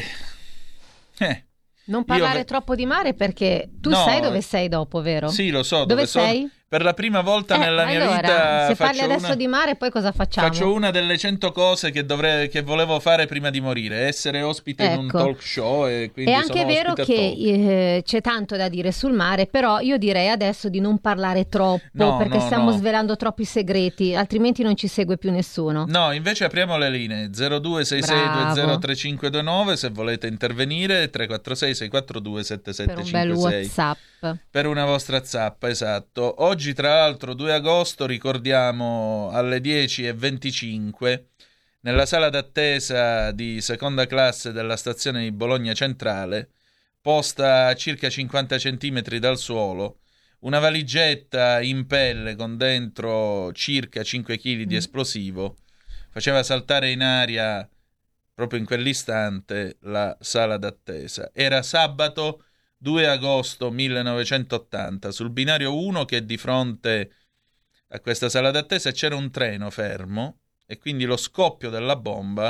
Eh, non parlare io... troppo di mare perché tu no, sai dove sei dopo, vero? Sì, lo so. Dove, dove sei? Sono... Per la prima volta eh, nella mia allora, vita se parli adesso una... di mare, poi cosa facciamo? Faccio una delle cento cose che, dovrei... che volevo fare prima di morire, essere ospite ecco. in un talk show. E quindi è anche sono vero che eh, c'è tanto da dire sul mare, però io direi adesso di non parlare troppo, no, perché no, stiamo no. svelando troppi segreti, altrimenti non ci segue più nessuno. No, invece apriamo le linee zero due sei sei due zero tre cinque due nove se volete intervenire, tre quattro sei sei quattro due sette sette cinque sei per un bel WhatsApp. Per una vostra zappa, esatto. Oggi tra l'altro due agosto ricordiamo alle dieci e venticinque nella sala d'attesa di seconda classe della stazione di Bologna Centrale, posta a circa cinquanta centimetri dal suolo, una valigetta in pelle con dentro circa cinque chili di esplosivo faceva saltare in aria proprio in quell'istante la sala d'attesa. Era sabato due agosto millenovecentottanta, sul binario uno che è di fronte a questa sala d'attesa c'era un treno fermo e quindi lo scoppio della bomba,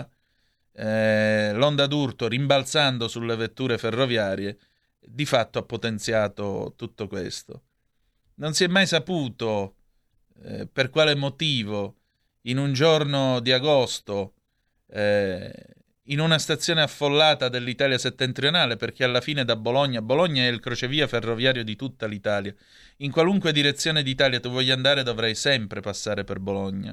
eh, l'onda d'urto rimbalzando sulle vetture ferroviarie, di fatto ha potenziato tutto questo. Non si è mai saputo eh, per quale motivo in un giorno di agosto eh, in una stazione affollata dell'Italia settentrionale, perché alla fine da Bologna, Bologna è il crocevia ferroviario di tutta l'Italia. In qualunque direzione d'Italia tu voglia andare dovrai sempre passare per Bologna.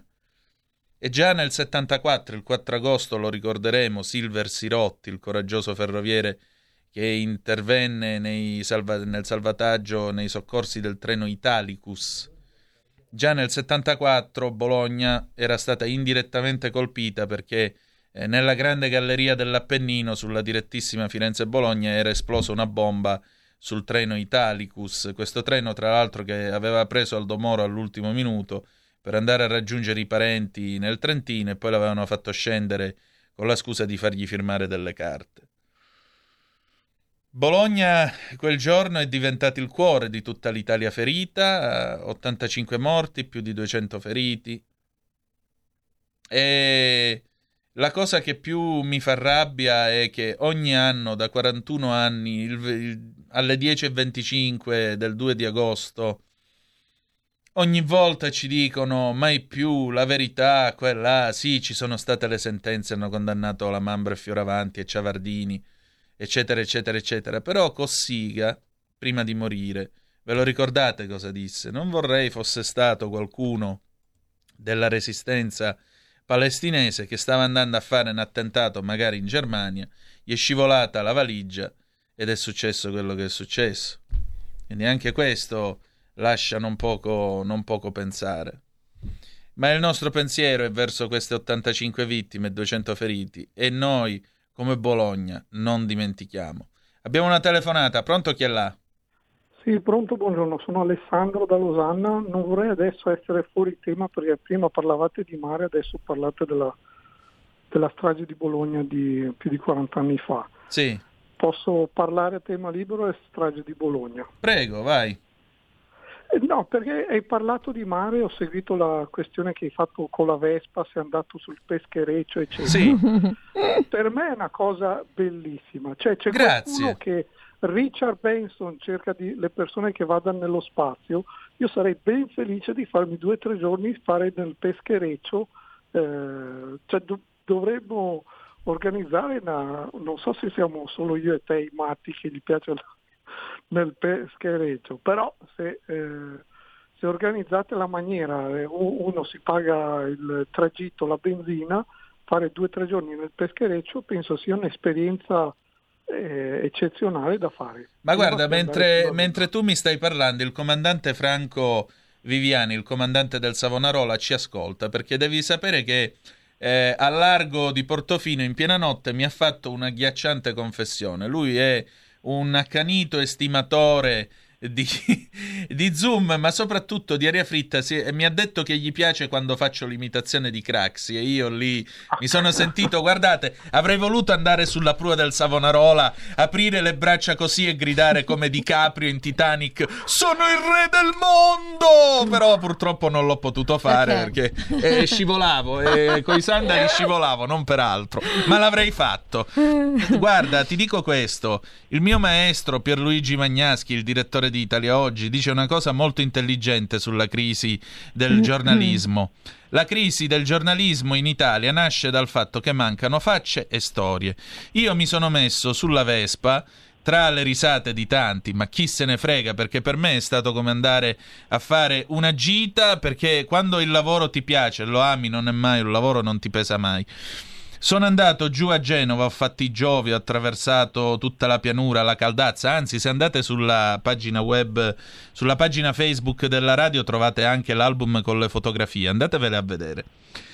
E già nel settantaquattro, il quattro agosto, lo ricorderemo, Silver Sirotti, il coraggioso ferroviere che intervenne nei salva- nel salvataggio, nei soccorsi del treno Italicus. Già nel settantaquattro Bologna era stata indirettamente colpita perché nella grande galleria dell'Appennino sulla direttissima Firenze-Bologna era esplosa una bomba sul treno Italicus, questo treno tra l'altro che aveva preso Aldo Moro all'ultimo minuto per andare a raggiungere i parenti nel Trentino e poi l'avevano fatto scendere con la scusa di fargli firmare delle carte. Bologna quel giorno è diventato il cuore di tutta l'Italia ferita, ottantacinque morti, più di duecento feriti, e la cosa che più mi fa rabbia è che ogni anno, da quarantuno anni, il, il, alle dieci e venticinque del due di agosto, ogni volta ci dicono mai più la verità, quella, sì, ci sono state le sentenze, hanno condannato la Mambro e Fioravanti e Ciavardini, eccetera, eccetera, eccetera. Però Cossiga, prima di morire, ve lo ricordate cosa disse? Non vorrei fosse stato qualcuno della resistenza palestinese che stava andando a fare un attentato magari in Germania, gli è scivolata la valigia ed è successo quello che è successo. Quindi anche questo lascia non poco, non poco pensare. Ma il nostro pensiero è verso queste ottantacinque vittime e duecento feriti e noi, come Bologna, non dimentichiamo. Abbiamo una telefonata, pronto, chi è là? Sì, pronto, buongiorno, sono Alessandro da Losanna. Non vorrei adesso essere fuori tema perché prima parlavate di mare, adesso parlate della, della strage di Bologna di più di quaranta anni fa. Sì. Posso parlare a tema libero e strage di Bologna? Prego, vai. Eh, no, perché hai parlato di mare, ho seguito la questione che hai fatto con la Vespa, sei andato sul peschereccio, eccetera. Sì. Per me è una cosa bellissima. Cioè, c'è Grazie. qualcuno che... Richard Benson cerca di, le persone che vadano nello spazio, io sarei ben felice di farmi due o tre giorni fare nel peschereccio, eh, cioè do, dovremmo organizzare una, non so se siamo solo io e te i matti che gli piace la, nel peschereccio, però se, eh, se organizzate la maniera, eh, uno si paga il tragitto, la benzina, fare due o tre giorni nel peschereccio penso sia un'esperienza eh, eccezionale da fare. Ma guarda, mentre, mentre tu mi stai parlando, il comandante Franco Viviani, il comandante del Savonarola, ci ascolta, perché devi sapere che eh, a largo di Portofino in piena notte mi ha fatto una agghiacciante confessione. Lui è un accanito estimatore di, di Zoom, ma soprattutto di aria fritta. Si, mi ha detto che gli piace quando faccio l'imitazione di Craxi, e io lì mi sono sentito, guardate, avrei voluto andare sulla prua del Savonarola, aprire le braccia così e gridare come DiCaprio in Titanic: sono il re del mondo! Però purtroppo non l'ho potuto fare perché eh, scivolavo, e coi sandali scivolavo, non per altro, ma l'avrei fatto. Guarda, ti dico questo, il mio maestro Pierluigi Magnaschi, il direttore di Italia Oggi, dice una cosa molto intelligente sulla crisi del giornalismo. La crisi del giornalismo in Italia nasce dal fatto che mancano facce e storie. Io mi sono messo sulla Vespa tra le risate di tanti, ma chi se ne frega, perché per me è stato come andare a fare una gita, perché quando il lavoro ti piace, lo ami, non è mai un lavoro, non ti pesa mai. Sono andato giù a Genova, ho fatto i Giovi, ho attraversato tutta la pianura, la Caldazza. Anzi, se andate sulla pagina web, sulla pagina Facebook della radio, trovate anche l'album con le fotografie, andatevele a vedere.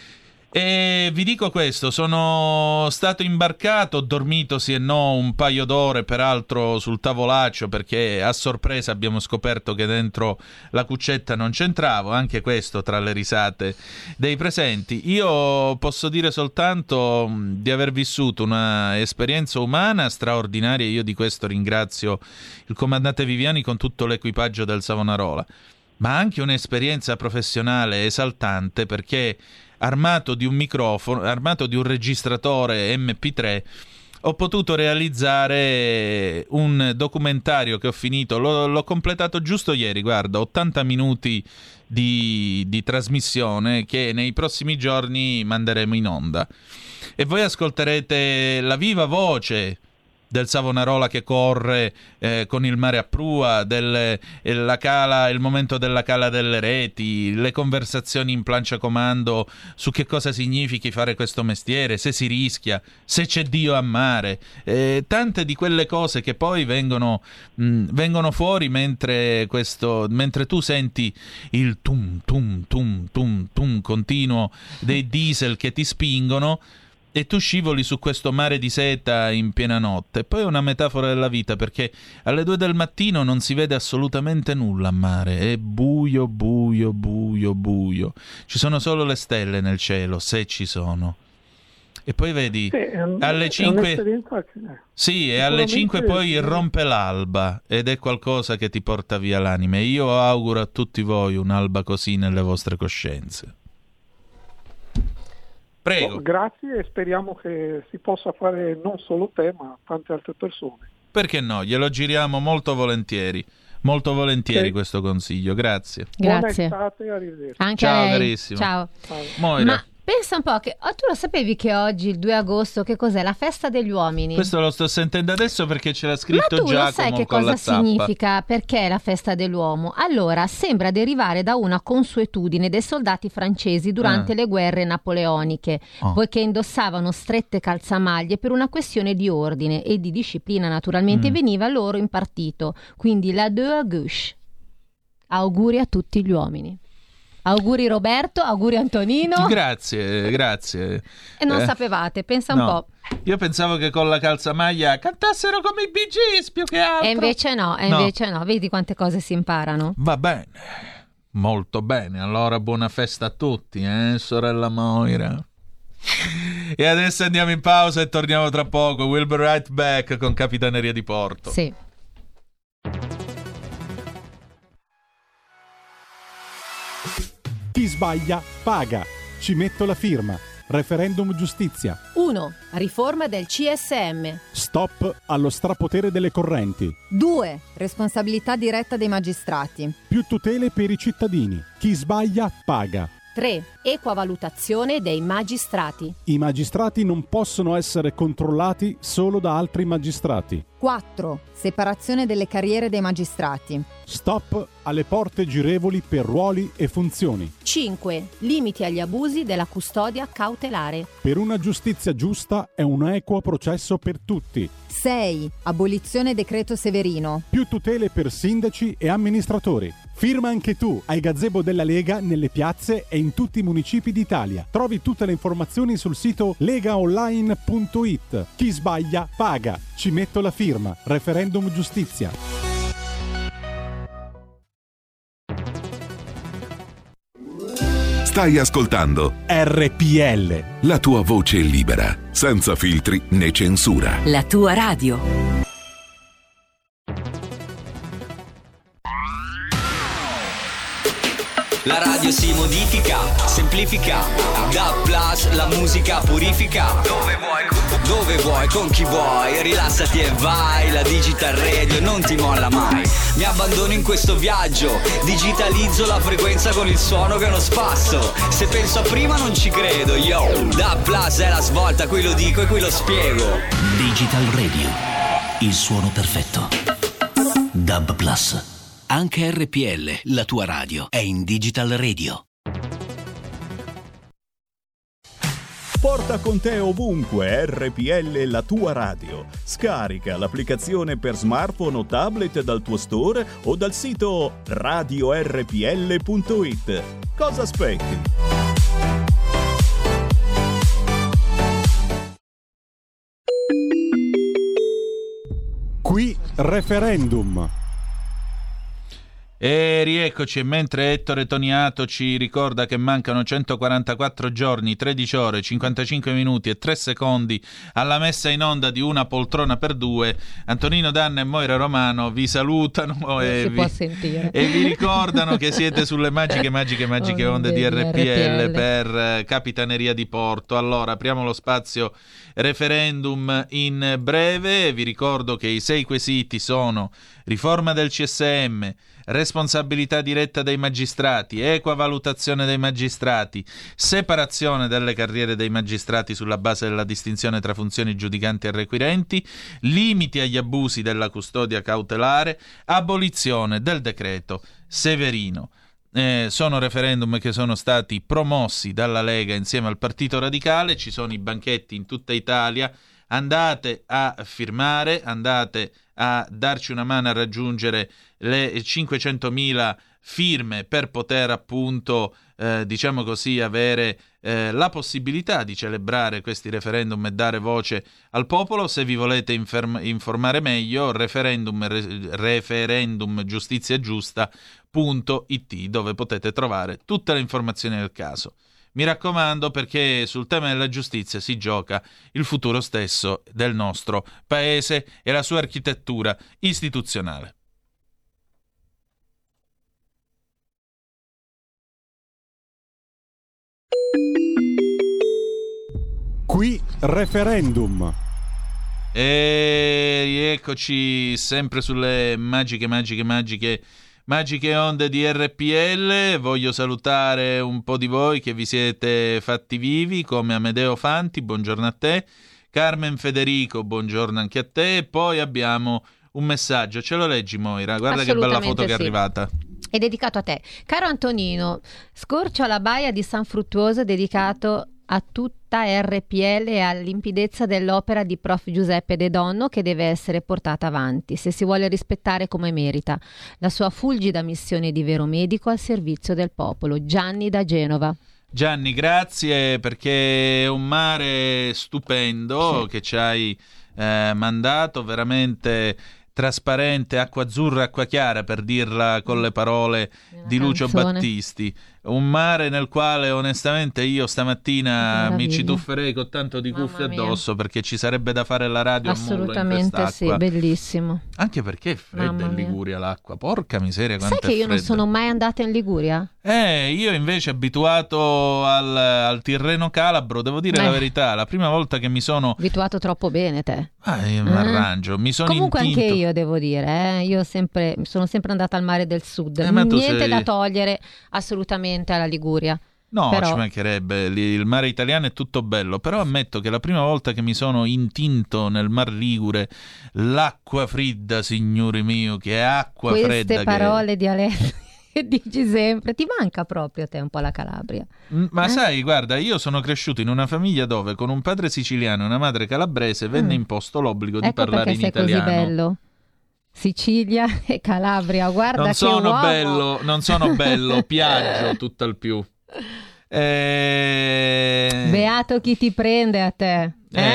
E vi dico questo, sono stato imbarcato, ho dormito sì e no un paio d'ore, peraltro sul tavolaccio, perché a sorpresa abbiamo scoperto che dentro la cuccetta non c'entravo, anche questo tra le risate dei presenti. Io posso dire soltanto di aver vissuto una esperienza umana straordinaria, e io di questo ringrazio il comandante Viviani con tutto l'equipaggio del Savonarola, ma anche un'esperienza professionale esaltante, perché armato di un microfono, armato di un registratore emme pi tre, ho potuto realizzare un documentario che ho finito, l'ho, l'ho completato giusto ieri, guarda, ottanta minuti di, di trasmissione che nei prossimi giorni manderemo in onda. E voi ascolterete la viva voce del Savonarola che corre eh, con il mare a prua, del, eh, la cala, il momento della cala delle reti, le conversazioni in plancia comando su che cosa significhi fare questo mestiere, se si rischia, se c'è Dio a mare, eh, tante di quelle cose che poi vengono, mh, vengono fuori mentre, questo, mentre tu senti il tum tum tum tum tum continuo dei diesel che ti spingono, e tu scivoli su questo mare di seta in piena notte. Poi è una metafora della vita, perché alle due del mattino non si vede assolutamente nulla a mare, è buio, buio, buio, buio. Ci sono solo le stelle nel cielo, se ci sono. E poi vedi, sì, è un, alle cinque... Che... Sì, e alle cinque poi rompe l'alba, ed è qualcosa che ti porta via l'anima. E io auguro a tutti voi un'alba così nelle vostre coscienze. Prego. Oh, grazie, e speriamo che si possa fare non solo te, ma tante altre persone. Perché no? Glielo giriamo molto volentieri. Molto volentieri sì. Questo consiglio, grazie. Grazie. Buona estate, arrivederci. Anche Ciao, a lei. carissimo. Ciao. Ciao. Moira. Ma pensa un po' che oh, tu lo sapevi che oggi, il due agosto, che cos'è? La festa degli uomini. Questo lo sto sentendo adesso perché ce l'ha scritto Ma tu Giacomo lo sai che con cosa la zappa. significa? Perché è la festa dell'uomo? Allora, sembra derivare da una consuetudine dei soldati francesi durante ah. le guerre napoleoniche, oh. poiché indossavano strette calzamaglie per una questione di ordine e di disciplina, naturalmente, mm. veniva loro impartito. Quindi la deux à gauche. Auguri a tutti gli uomini. Auguri Roberto, auguri Antonino. Grazie, grazie. E non eh, sapevate, pensa no. un po'. Io pensavo che con la calzamaglia cantassero come i Bee Gees più che altro. E invece no, e no. invece no. Vedi quante cose si imparano. Va bene, molto bene. Allora buona festa a tutti, eh, sorella Moira. E adesso andiamo in pausa e torniamo tra poco. We'll be right back con Capitaneria di Porto. Sì. Chi sbaglia paga. Ci metto la firma. Referendum giustizia. uno. Riforma del C S M. Stop allo strapotere delle correnti. due. Responsabilità diretta dei magistrati. Più tutele per i cittadini. Chi sbaglia paga. tre. Equavalutazione dei magistrati. I magistrati non possono essere controllati solo da altri magistrati. quattro. Separazione delle carriere dei magistrati. Stop alle porte girevoli per ruoli e funzioni. cinque. Limiti agli abusi della custodia cautelare. Per una giustizia giusta è un equo processo per tutti. sei. Abolizione decreto Severino. Più tutele per sindaci e amministratori. Firma anche tu ai gazebo della Lega nelle piazze e in tutti i municipi d'Italia. Trovi tutte le informazioni sul sito legaonline punto it. Chi sbaglia paga. Ci metto la firma. Referendum giustizia. Stai ascoltando R P L, la tua voce libera, senza filtri né censura. La tua radio. La radio si modifica, semplifica, da plus la musica purifica. Dove vuoi, dove vuoi, con chi vuoi, rilassati e vai. La Digital Radio non ti molla mai. Mi abbandono in questo viaggio, digitalizzo la frequenza con il suono che è uno spasso. Se penso a prima non ci credo, yo. Da plus è la svolta, qui lo dico e qui lo spiego. Digital Radio, il suono perfetto. Dub Plus. Anche R P L, la tua radio, è in Digital Radio. Porta con te ovunque R P L, la tua radio. Scarica l'applicazione per smartphone o tablet dal tuo store o dal sito radio erre pi elle punto it. Cosa aspetti? Qui referendum. E rieccoci, e mentre Ettore Toniato ci ricorda che mancano centoquarantaquattro giorni, tredici ore, cinquantacinque minuti e tre secondi alla messa in onda di Una poltrona per due, Antonino Danna e Moira Romano vi salutano e vi, e vi ricordano che siete sulle magiche, magiche, magiche oh, onde di R P L, R P L per Capitaneria di Porto. Allora, apriamo lo spazio referendum in breve. Vi ricordo che i sei quesiti sono: riforma del C S M, responsabilità diretta dei magistrati, equa valutazione dei magistrati, separazione delle carriere dei magistrati sulla base della distinzione tra funzioni giudicanti e requirenti, limiti agli abusi della custodia cautelare, abolizione del decreto Severino. Eh, sono referendum che sono stati promossi dalla Lega insieme al Partito Radicale. Ci sono i banchetti in tutta Italia. Andate a firmare, andate a darci una mano a raggiungere le cinquecentomila firme per poter appunto, eh, diciamo così, avere eh, la possibilità di celebrare questi referendum e dare voce al popolo. Se vi volete inferm- informare meglio, referendum, re- referendum giustizia giusta punto it, dove potete trovare tutte le informazioni del caso. Mi raccomando, perché sul tema della giustizia si gioca il futuro stesso del nostro paese e la sua architettura istituzionale. Qui referendum. E rieccoci sempre sulle magiche, magiche, magiche Magiche onde di R P L. Voglio salutare un po' di voi che vi siete fatti vivi, come Amedeo Fanti, buongiorno a te. Carmen Federico, buongiorno anche a te. E poi abbiamo un messaggio, ce lo leggi Moira? Guarda che bella foto che sì. è arrivata. È dedicato a te. Caro Antonino, scorcio alla baia di San Fruttuoso, dedicato a tutta R P L e alla limpidezza dell'opera di prof Giuseppe De Donno, che deve essere portata avanti, se si vuole rispettare come merita la sua fulgida missione di vero medico al servizio del popolo. Gianni da Genova. Gianni, grazie, perché è un mare stupendo sì. che ci hai eh, mandato, veramente trasparente, acqua azzurra, acqua chiara, per dirla con le parole Una di Lucio canzone. Battisti. Un mare nel quale onestamente io stamattina mi ci tufferei con tanto di cuffie addosso, perché ci sarebbe da fare la radio assolutamente a mullo in sì, bellissimo. Anche perché è fredda Mamma in mia. Liguria l'acqua, porca miseria quanto Sai che io è non fredda. sono mai andata in Liguria? Eh, io invece abituato al, al Tirreno Calabro, devo dire eh. la verità, la prima volta che mi sono abituato troppo bene te. Ah, io mi eh. arrangio, mi sono Comunque intinto. anche io devo dire, eh, io sempre sono sempre andata al mare del sud, Eh, ma tu niente sei- da togliere assolutamente alla Liguria. No, però... ci mancherebbe, il mare italiano è tutto bello, però ammetto che la prima volta che mi sono intinto nel Mar Ligure, l'acqua fredda, signore mio, che acqua Queste fredda che... Queste parole dialetti che dici sempre, ti manca proprio a te un po' la Calabria. Ma eh? sai, guarda, io sono cresciuto in una famiglia dove con un padre siciliano e una madre calabrese venne mm. imposto l'obbligo ecco di parlare in italiano. Così bello. Sicilia e Calabria, guarda non che sono uomo. bello, non sono bello, piaggio tutt'al più. Eh... Beato chi ti prende a te.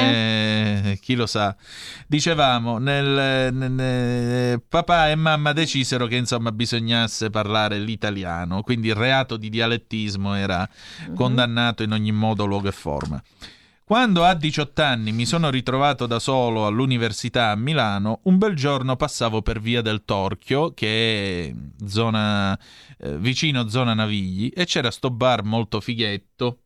Eh? Eh, chi lo sa. Dicevamo, nel, nel, nel, papà e mamma decisero che insomma bisognasse parlare l'italiano, quindi il reato di dialettismo era uh-huh. condannato in ogni modo, luogo e forma. Quando a diciotto anni mi sono ritrovato da solo all'università a Milano, un bel giorno passavo per via del Torchio, che è zona eh, vicino zona Navigli, e c'era sto bar molto fighetto.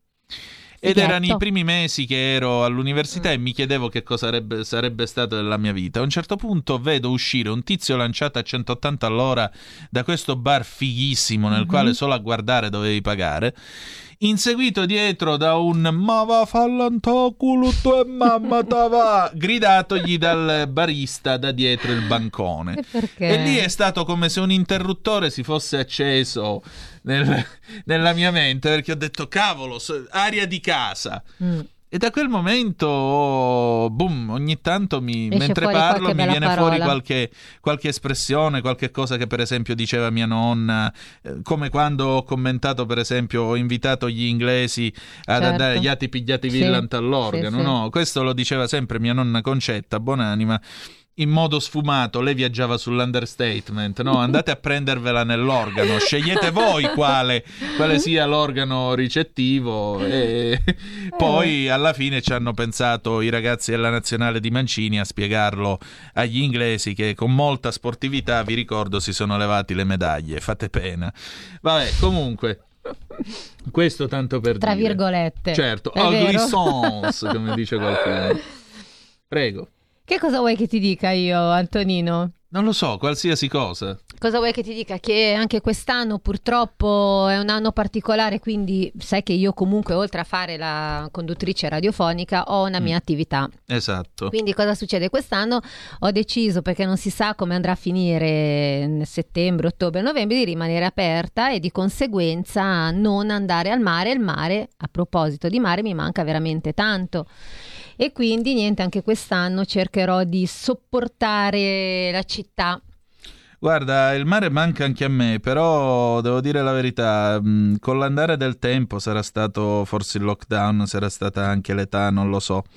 Ed Fighetto. Erano i primi mesi che ero all'università mm. e mi chiedevo che cosa sarebbe, sarebbe stato della mia vita. A un certo punto vedo uscire un tizio lanciato a centottanta all'ora da questo bar fighissimo nel mm-hmm. quale solo a guardare dovevi pagare, inseguito dietro da un "ma va fallantoculo tu e mamma tava" gridatogli dal barista da dietro il bancone. E perché? E lì è stato come se un interruttore si fosse acceso nel, nella mia mente, perché ho detto cavolo, aria di casa. Mm. E da quel momento, boom, ogni tanto mi, mentre parlo mi viene parola. fuori qualche, qualche espressione, qualche cosa che per esempio diceva mia nonna, eh, come quando ho commentato, per esempio, ho invitato gli inglesi ad certo. andare agli ati pigliati Villant sì, all'organo, sì, no? Sì. Questo lo diceva sempre mia nonna Concetta, buonanima, in modo sfumato. Lei viaggiava sull'understatement, no? Andate a prendervela nell'organo, scegliete voi quale, quale sia l'organo ricettivo, e poi alla fine ci hanno pensato i ragazzi della nazionale di Mancini a spiegarlo agli inglesi, che con molta sportività, vi ricordo, si sono levati le medaglie. Fate pena. Vabbè, comunque, questo tanto per tra dire. virgolette. Certo, è ugly vero? songs, come dice qualcuno. Prego. Che cosa vuoi che ti dica io, Antonino? Non lo so, qualsiasi cosa. Cosa vuoi che ti dica? Che anche quest'anno purtroppo è un anno particolare, quindi sai che io comunque, oltre a fare la conduttrice radiofonica, ho una mia mm. attività. Esatto. Quindi cosa succede? Quest'anno ho deciso, perché non si sa come andrà a finire nel settembre, ottobre, novembre, di rimanere aperta e di conseguenza non andare al mare. Il mare, a proposito di mare, mi manca veramente tanto. E quindi niente, anche quest'anno cercherò di sopportare la città. Guarda, il mare manca anche a me, però devo dire la verità, mh, con l'andare del tempo sarà stato forse il lockdown, sarà stata anche l'età, non lo so.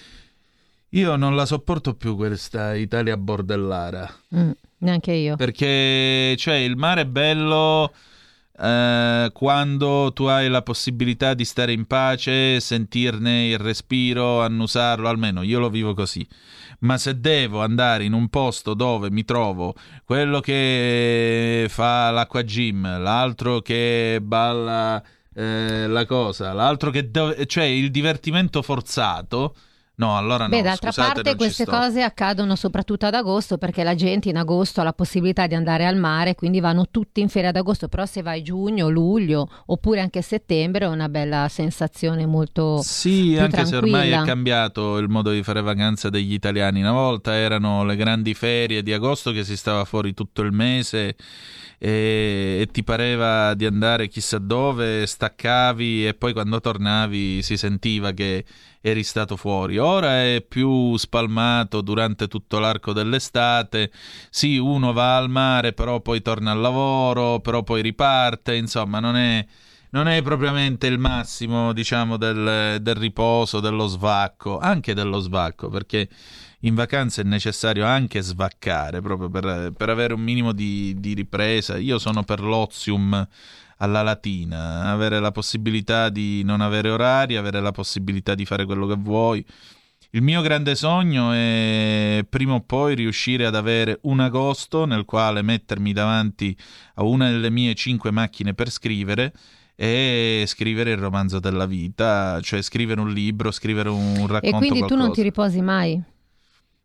Io non la sopporto più questa Italia bordellara. Mm, neanche io. Perché, cioè, il mare è bello... Uh, quando tu hai la possibilità di stare in pace, sentirne il respiro, annusarlo, almeno io lo vivo così. Ma se devo andare in un posto dove mi trovo quello che fa l'acqua gym, l'altro che balla eh, la cosa, l'altro che do- cioè il divertimento forzato, no, allora no. Beh, d'altra scusate, parte queste cose accadono soprattutto ad agosto, perché la gente in agosto ha la possibilità di andare al mare, quindi vanno tutti in ferie ad agosto. Però se vai giugno, luglio oppure anche settembre è una bella sensazione, molto sì, più anche tranquilla. Se ormai è cambiato il modo di fare vacanza degli italiani. Una volta erano le grandi ferie di agosto che si stava fuori tutto il mese e, e ti pareva di andare chissà dove, staccavi e poi quando tornavi si sentiva che eri stato fuori. Ora è più spalmato durante tutto l'arco dell'estate. Sì, uno va al mare, però poi torna al lavoro, però poi riparte. Insomma, non è, non è propriamente il massimo, diciamo, del, del riposo, dello svacco, anche dello svacco, perché in vacanza è necessario anche svaccare, proprio per, per avere un minimo di, di ripresa. Io sono per l'ozium alla latina, avere la possibilità di non avere orari, avere la possibilità di fare quello che vuoi. Il mio grande sogno è prima o poi riuscire ad avere un agosto nel quale mettermi davanti a una delle mie cinque macchine per scrivere e scrivere il romanzo della vita, cioè scrivere un libro, scrivere un racconto. E quindi qualcosa. Tu non ti riposi mai?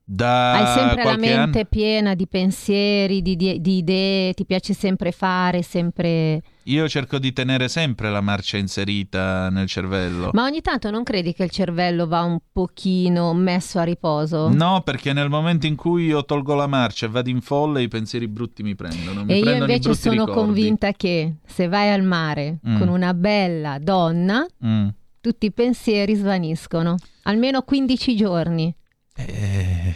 Da Hai sempre la mente anno... piena di pensieri, di, di, di idee, ti piace sempre fare, sempre... Io cerco di tenere sempre la marcia inserita nel cervello. Ma ogni tanto non credi che il cervello va un pochino messo a riposo? No, perché nel momento in cui io tolgo la marcia e vado in folle, i pensieri brutti mi prendono. Mi e io prendono invece sono ricordi. convinta che se vai al mare mm. con una bella donna, mm. tutti i pensieri svaniscono. Almeno quindici giorni. Eh...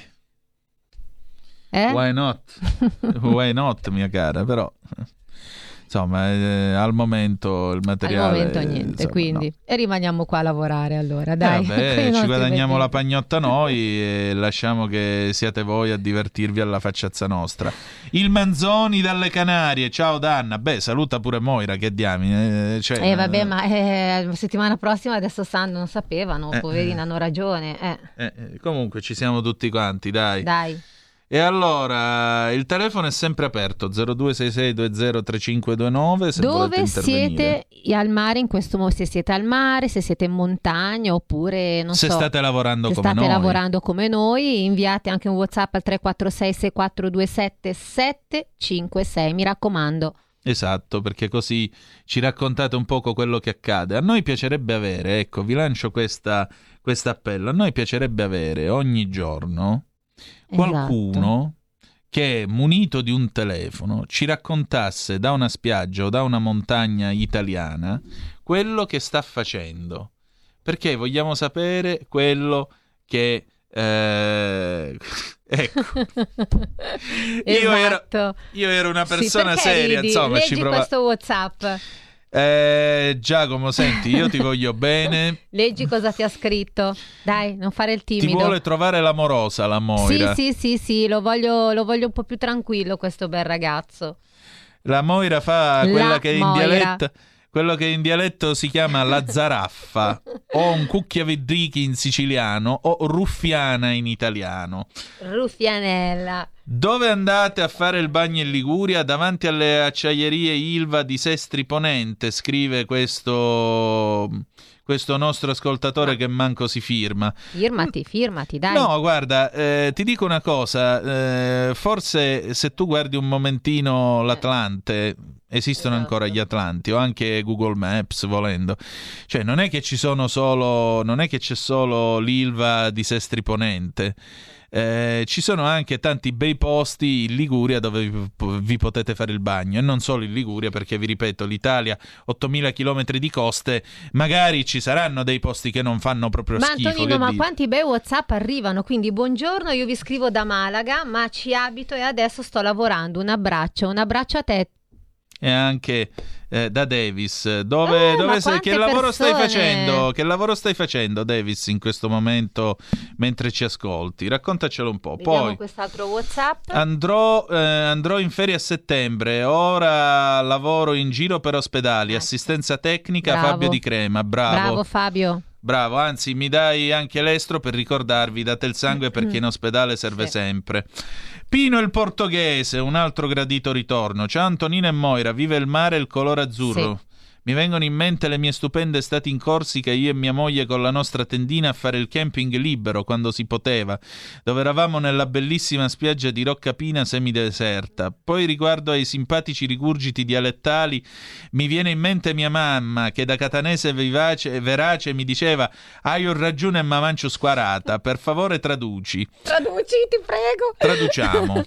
Eh? Why not? Why not, mia cara, però insomma eh, al momento il materiale al momento niente, insomma, quindi no. E rimaniamo qua a lavorare allora, dai. Eh vabbè, ci guadagniamo vedi. la pagnotta noi e lasciamo che siate voi a divertirvi alla facciazza nostra. Il Manzoni dalle Canarie, ciao Danna. Beh, saluta pure Moira, che diamine. Cioè, eh vabbè, ma eh, settimana prossima adesso sanno, non sapevano, eh, poverina, hanno ragione. Eh. Eh, comunque ci siamo tutti quanti, dai. Dai. E allora, il telefono è sempre aperto, zero due sei sei due zero tre cinque due nove, se Dove siete al mare in questo momento? Se siete al mare, se siete in montagna, oppure non se so, state lavorando se come state noi. lavorando come noi, inviate anche un WhatsApp al tre quattro sei sei quattro due sette sette cinque sei, mi raccomando. Esatto, perché così ci raccontate un poco quello che accade. A noi piacerebbe avere, ecco, vi lancio questa appello, a noi piacerebbe avere ogni giorno qualcuno esatto. che, munito di un telefono, ci raccontasse da una spiaggia o da una montagna italiana quello che sta facendo, perché vogliamo sapere quello che eh... ecco io, ero, io ero una persona sì, seria ridi? insomma Leggi ci prova... questo WhatsApp. Eh, Giacomo, senti, io ti voglio bene. Leggi cosa ti ha scritto. Dai, non fare il timido. Ti vuole trovare l'amorosa, la Moira. Sì, sì, sì, sì, lo voglio, lo voglio un po' più tranquillo questo bel ragazzo. La Moira fa quella la che in Moira. dialetto quello che in dialetto si chiama la zaraffa o un cucchiavedrichi in siciliano o ruffiana in italiano. Ruffianella. Dove andate a fare il bagno in Liguria? Davanti alle acciaierie Ilva di Sestri Ponente, scrive questo, questo nostro ascoltatore ah. che manco si firma. Firmati, firmati, dai. No, guarda, eh, ti dico una cosa, eh, forse se tu guardi un momentino l'Atlante, esistono esatto. ancora gli Atlanti o anche Google Maps volendo, cioè non è che ci sono solo, non è che c'è solo l'Ilva di Sestri Ponente. Eh, ci sono anche tanti bei posti in Liguria dove vi, vi potete fare il bagno, e non solo in Liguria, perché vi ripeto, l'Italia ottomila chilometri di coste, magari ci saranno dei posti che non fanno proprio ma schifo. Antonino, ma dite? quanti bei WhatsApp arrivano? Quindi buongiorno, io vi scrivo da Malaga, ma ci abito e adesso sto lavorando. Un abbraccio, un abbraccio a te. E anche eh, da Davis, dove, eh, dove sei, che lavoro persone... stai facendo? Che lavoro stai facendo, Davis, in questo momento mentre ci ascolti? Raccontacelo un po'. Vediamo Poi quest'altro WhatsApp. Andrò, eh, andrò in ferie a settembre. Ora lavoro in giro per ospedali, assistenza tecnica. Bravo. Fabio Di Crema. Bravo, bravo Fabio. Bravo, anzi mi dai anche l'estro per ricordarvi, date il sangue perché in ospedale serve sì. sempre. Pino il portoghese, un altro gradito ritorno. Ciao Antonino e Moira, vive il mare e il colore azzurro. Sì. Mi vengono in mente le mie stupende estati in Corsica, io e mia moglie con la nostra tendina a fare il camping libero quando si poteva, dove eravamo nella bellissima spiaggia di Roccapina semideserta. Poi riguardo ai simpatici rigurgiti dialettali mi viene in mente mia mamma che da catanese vivace e verace mi diceva hai un ragione ma mancio squarata, per favore traduci. Traduci, ti prego. Traduciamo.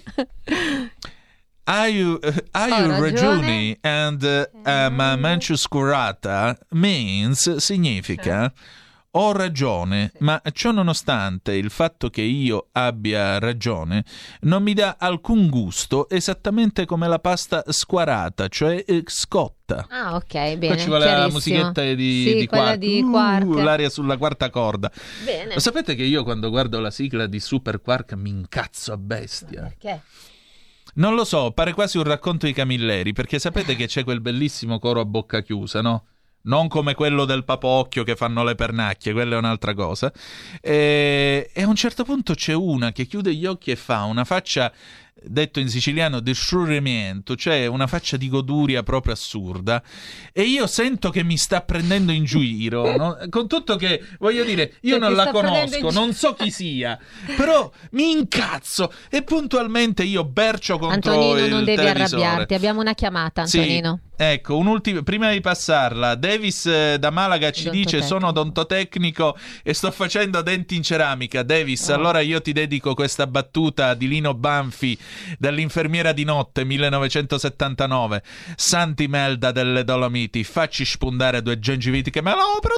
Hai uh, ragione, ragione and uh, uh, ma mancio scurata means significa ho ragione, ma ciò nonostante il fatto che io abbia ragione non mi dà alcun gusto, esattamente come la pasta squarata, cioè eh, scotta. Ah, ok, bene. Qua ci vuole la musichetta di, sì, di quella quarta, di Quark. Uh, l'aria sulla quarta corda. Bene. Lo sapete che io quando guardo la sigla di Super Quark mi incazzo a bestia? Perché? Non lo so, pare quasi un racconto di Camilleri, perché sapete che c'è quel bellissimo coro a bocca chiusa, no? Non come quello del Papocchio che fanno le pernacchie, quella è un'altra cosa. E, e a un certo punto c'è una che chiude gli occhi e fa una faccia detto in siciliano desciurimento, cioè una faccia di goduria proprio assurda, e io sento che mi sta prendendo in giro, no? Con tutto che, voglio dire, io Cioè, non ti la sta prendendo conosco, in non so chi sia, però mi incazzo e puntualmente io bercio contro Antonino, il non devi televisore. arrabbiarti, abbiamo una chiamata, Antonino. Sì, ecco, un ultimo, prima di passarla, Davis eh, da Malaga ci dice: sono odontotecnico e sto facendo denti in ceramica. Davis, Oh. allora io ti dedico questa battuta di Lino Banfi dall'Infermiera di notte millenovecentosettantanove. Santi Melda delle Dolomiti, facci spuntare due gengiviti che me la opero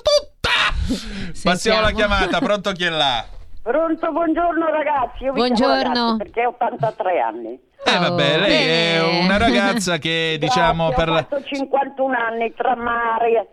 tutta. Passiamo alla chiamata, pronto, chi è là? Pronto, buongiorno ragazzi. Io vi chiamo Buongiorno. ragazzi perché ho ottantatré anni. Eh vabbè, lei è una ragazza che diciamo Grazie, per ho la... fatto cinquantuno anni tra mare,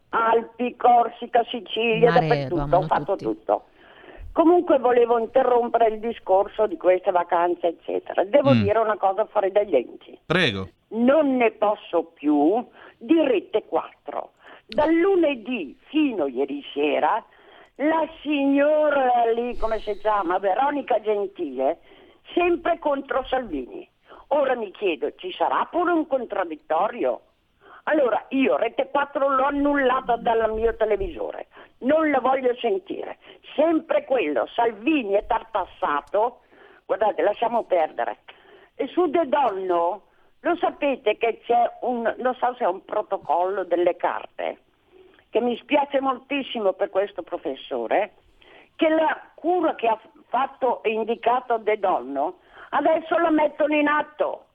Alpi, Corsica, Sicilia, Mare, dappertutto, amano ho fatto tutti. tutto. Comunque volevo interrompere il discorso di queste vacanze, eccetera. Devo Mm. dire una cosa fuori dai denti. Prego. Non ne posso più di Rete quattro. Dal lunedì fino ieri sera la signora lì, come si chiama, Veronica Gentile, sempre contro Salvini. Ora mi chiedo, ci sarà pure un contraddittorio? Allora io Rete quattro l'ho annullata dal mio televisore, non la voglio sentire. Sempre quello, Salvini è tartassato, guardate, lasciamo perdere. E su De Donno, lo sapete che c'è un, non so se è un protocollo delle carte, che mi spiace moltissimo per questo professore, che la cura che ha fatto e indicato De Donno adesso la mettono in atto.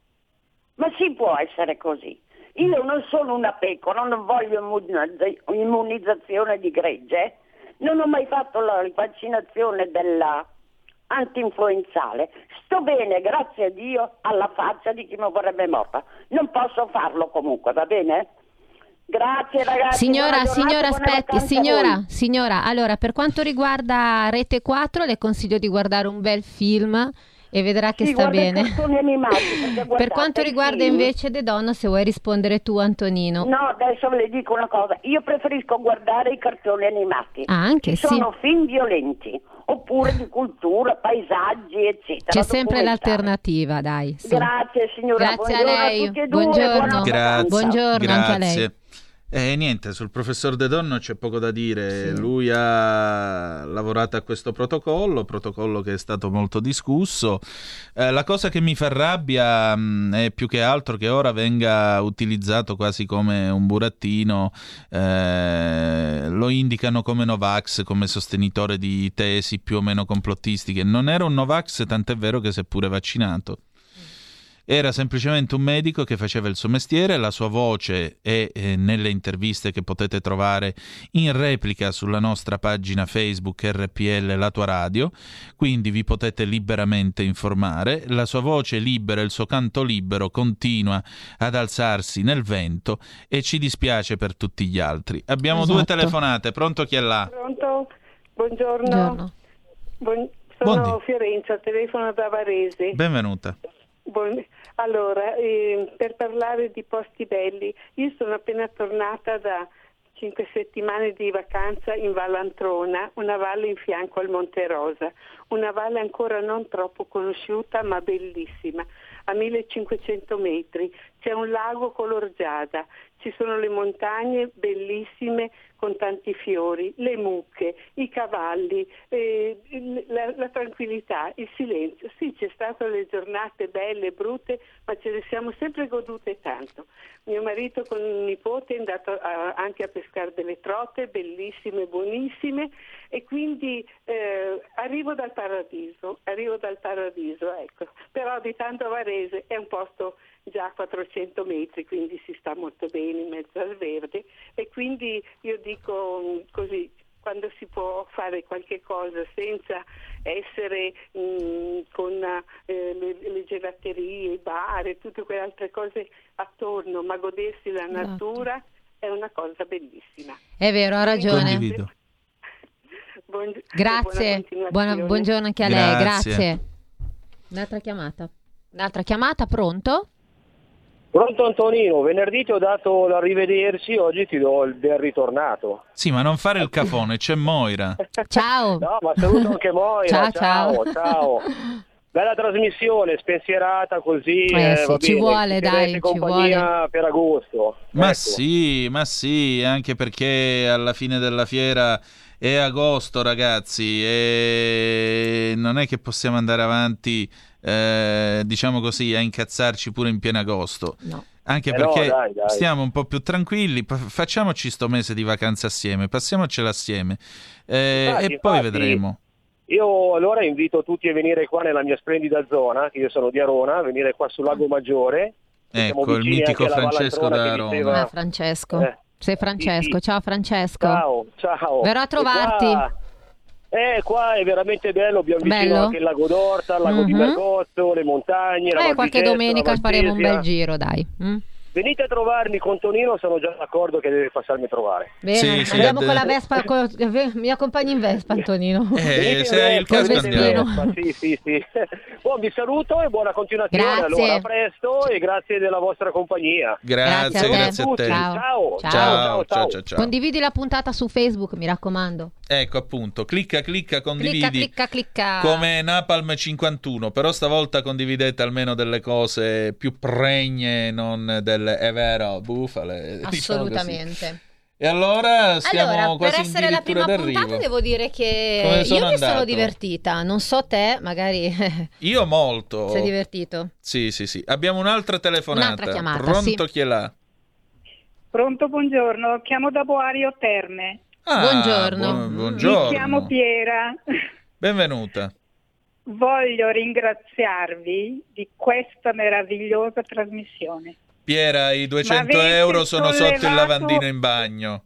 Ma si può essere così? Io non sono una pecora, non voglio immunizzazione di gregge, non ho mai fatto la vaccinazione della antinfluenzale. Sto bene, grazie a Dio, alla faccia di chi mi vorrebbe morta. Non posso farlo comunque, va bene? Grazie ragazzi. Signora, buona giornata, signora, buone aspetti, vacanze a signora, voi. signora, allora per quanto riguarda Rete quattro le consiglio di guardare un bel film e vedrà che Sì, sta guarda i bene. cartoni animati, perché Per guardate, quanto riguarda sì. invece De Donno, se vuoi rispondere tu, Antonino. No, adesso ve le dico una cosa, io preferisco guardare i cartoni animati. Ah, anche, Ci sì. sono film violenti, oppure di cultura, paesaggi, eccetera. C'è sempre documentari. l'alternativa, dai. su. Grazie signora, Grazie a buongiorno lei. tutti e due, Buongiorno. buona vacanza. Buongiorno anche a lei. Grazie. E niente, sul professor De Donno c'è poco da dire. Lui ha lavorato a questo protocollo, protocollo che è stato molto discusso. Eh, la cosa che mi fa rabbia mh, è più che altro che ora venga utilizzato quasi come un burattino, eh, lo indicano come Novax, come sostenitore di tesi più o meno complottistiche. Non era un Novax, tant'è vero che si è pure vaccinato. Era semplicemente un medico che faceva il suo mestiere, la sua voce è eh, nelle interviste che potete trovare in replica sulla nostra pagina Facebook R P L La Tua Radio, quindi vi potete liberamente informare. La sua voce libera, il suo canto libero continua ad alzarsi nel vento e ci dispiace per tutti gli altri. Abbiamo Esatto. due telefonate, pronto, chi è là? Pronto? Buongiorno. Buongiorno. Buon- sono Buondì. Fiorenza, telefono da Varese. Benvenuta. Buon- Allora, eh, per parlare di posti belli, io sono appena tornata da cinque settimane di vacanza in Val Antrona, una valle in fianco al Monte Rosa, una valle ancora non troppo conosciuta ma bellissima, a millecinquecento metri, c'è un lago color giada, ci sono le montagne bellissime con tanti fiori, le mucche, i cavalli, eh, la, la tranquillità, il silenzio. Sì, c'è state le giornate belle e brutte, ma ce le siamo sempre godute tanto. Mio marito con il nipote è andato a, anche a pescare delle trote bellissime, buonissime, e quindi eh, arrivo dal paradiso, arrivo dal paradiso, ecco. Però abitando a Varese è un posto già a quattrocento metri, quindi si sta molto bene in mezzo al verde, e quindi io dico così, quando si può fare qualche cosa senza essere mh, con eh, le, le gelaterie, i bar e tutte quelle altre cose attorno, ma godersi la Esatto. natura è una cosa bellissima. È vero, ha ragione. Condivido. Buon- Grazie, buona Buona- buongiorno anche a lei, Grazie. grazie. Un'altra chiamata. Un'altra chiamata, pronto? Pronto Antonino, venerdì ti ho dato l'arrivederci, oggi ti do il ben ritornato. Sì, ma non fare il cafone, c'è Moira. Ciao. No, ma saluto anche Moira, Ciao, ciao, ciao. ciao. bella trasmissione, spensierata così, eh, eh, sì, va ci bene, vuole, ci dai, tenete ci compagnia vuole. per agosto. Ma ecco. sì, ma sì, anche perché alla fine della fiera è agosto, ragazzi, e non è che possiamo andare avanti, eh, diciamo così, a incazzarci pure in pieno agosto. No. Anche Eh perché no, dai, dai. stiamo un po' più tranquilli, pa- facciamoci sto mese di vacanza assieme, passiamocela assieme, eh, Infatti, e poi infatti, vedremo. Io allora invito tutti a venire qua nella mia splendida zona, che io sono di Arona, a venire qua sul Lago Maggiore. Siamo Ecco, il vicini mitico anche alla Francesco Vallantrona da che Arona. diceva- Ah, Francesco. Eh, Sei Francesco, sì, sì. ciao Francesco. Ciao, ciao. Verrò a E trovarti. qua- Eh, qua è veramente bello, abbiamo vicino Bello? anche il lago d'Orta, il lago di Mhm. Mergozzo, le montagne, la Eh, Val qualche di Gesto, domenica la faremo un Valsesia. bel giro, dai. Mm? Venite a trovarmi con Tonino, sono già d'accordo che deve passarmi a trovare. Bene, Sì, sì, andiamo ad- con la Vespa, con- mi accompagni in Vespa, Antonino. Eh, Venite se in hai il Vespa, casco venite in andiamo. Vespa, sì, sì, sì. Buon vi saluto e buona continuazione. Grazie. Allora, a presto e grazie della vostra compagnia. Grazie, Grazie a te. grazie a te. Ciao. Ciao, Ciao. Ciao, ciao, ciao, ciao. Condividi la puntata su Facebook, mi raccomando. Ecco appunto, clicca, clicca, condividi. Clicca, clicca, clicca. Come Napalm cinquantuno, però stavolta condividete almeno delle cose più pregne, non delle, è vero, bufale. diciamo così. Assolutamente. E allora siamo Allora, per quasi essere la addirittura prima d'arrivo. puntata devo dire che Come sono io mi sono andato? divertita, non so te, magari Io molto. sei divertito. Sì, sì, sì. Abbiamo un'altra telefonata. Un'altra chiamata, Pronto sì. chi è là? Pronto, buongiorno, chiamo da Boario Terme. Ah, Buongiorno. buon- buongiorno. Mi chiamo Piera. Benvenuta. Voglio ringraziarvi di questa meravigliosa trasmissione. Piera, i duecento Ma avete euro sono sotto il sollevato- lavandino in bagno.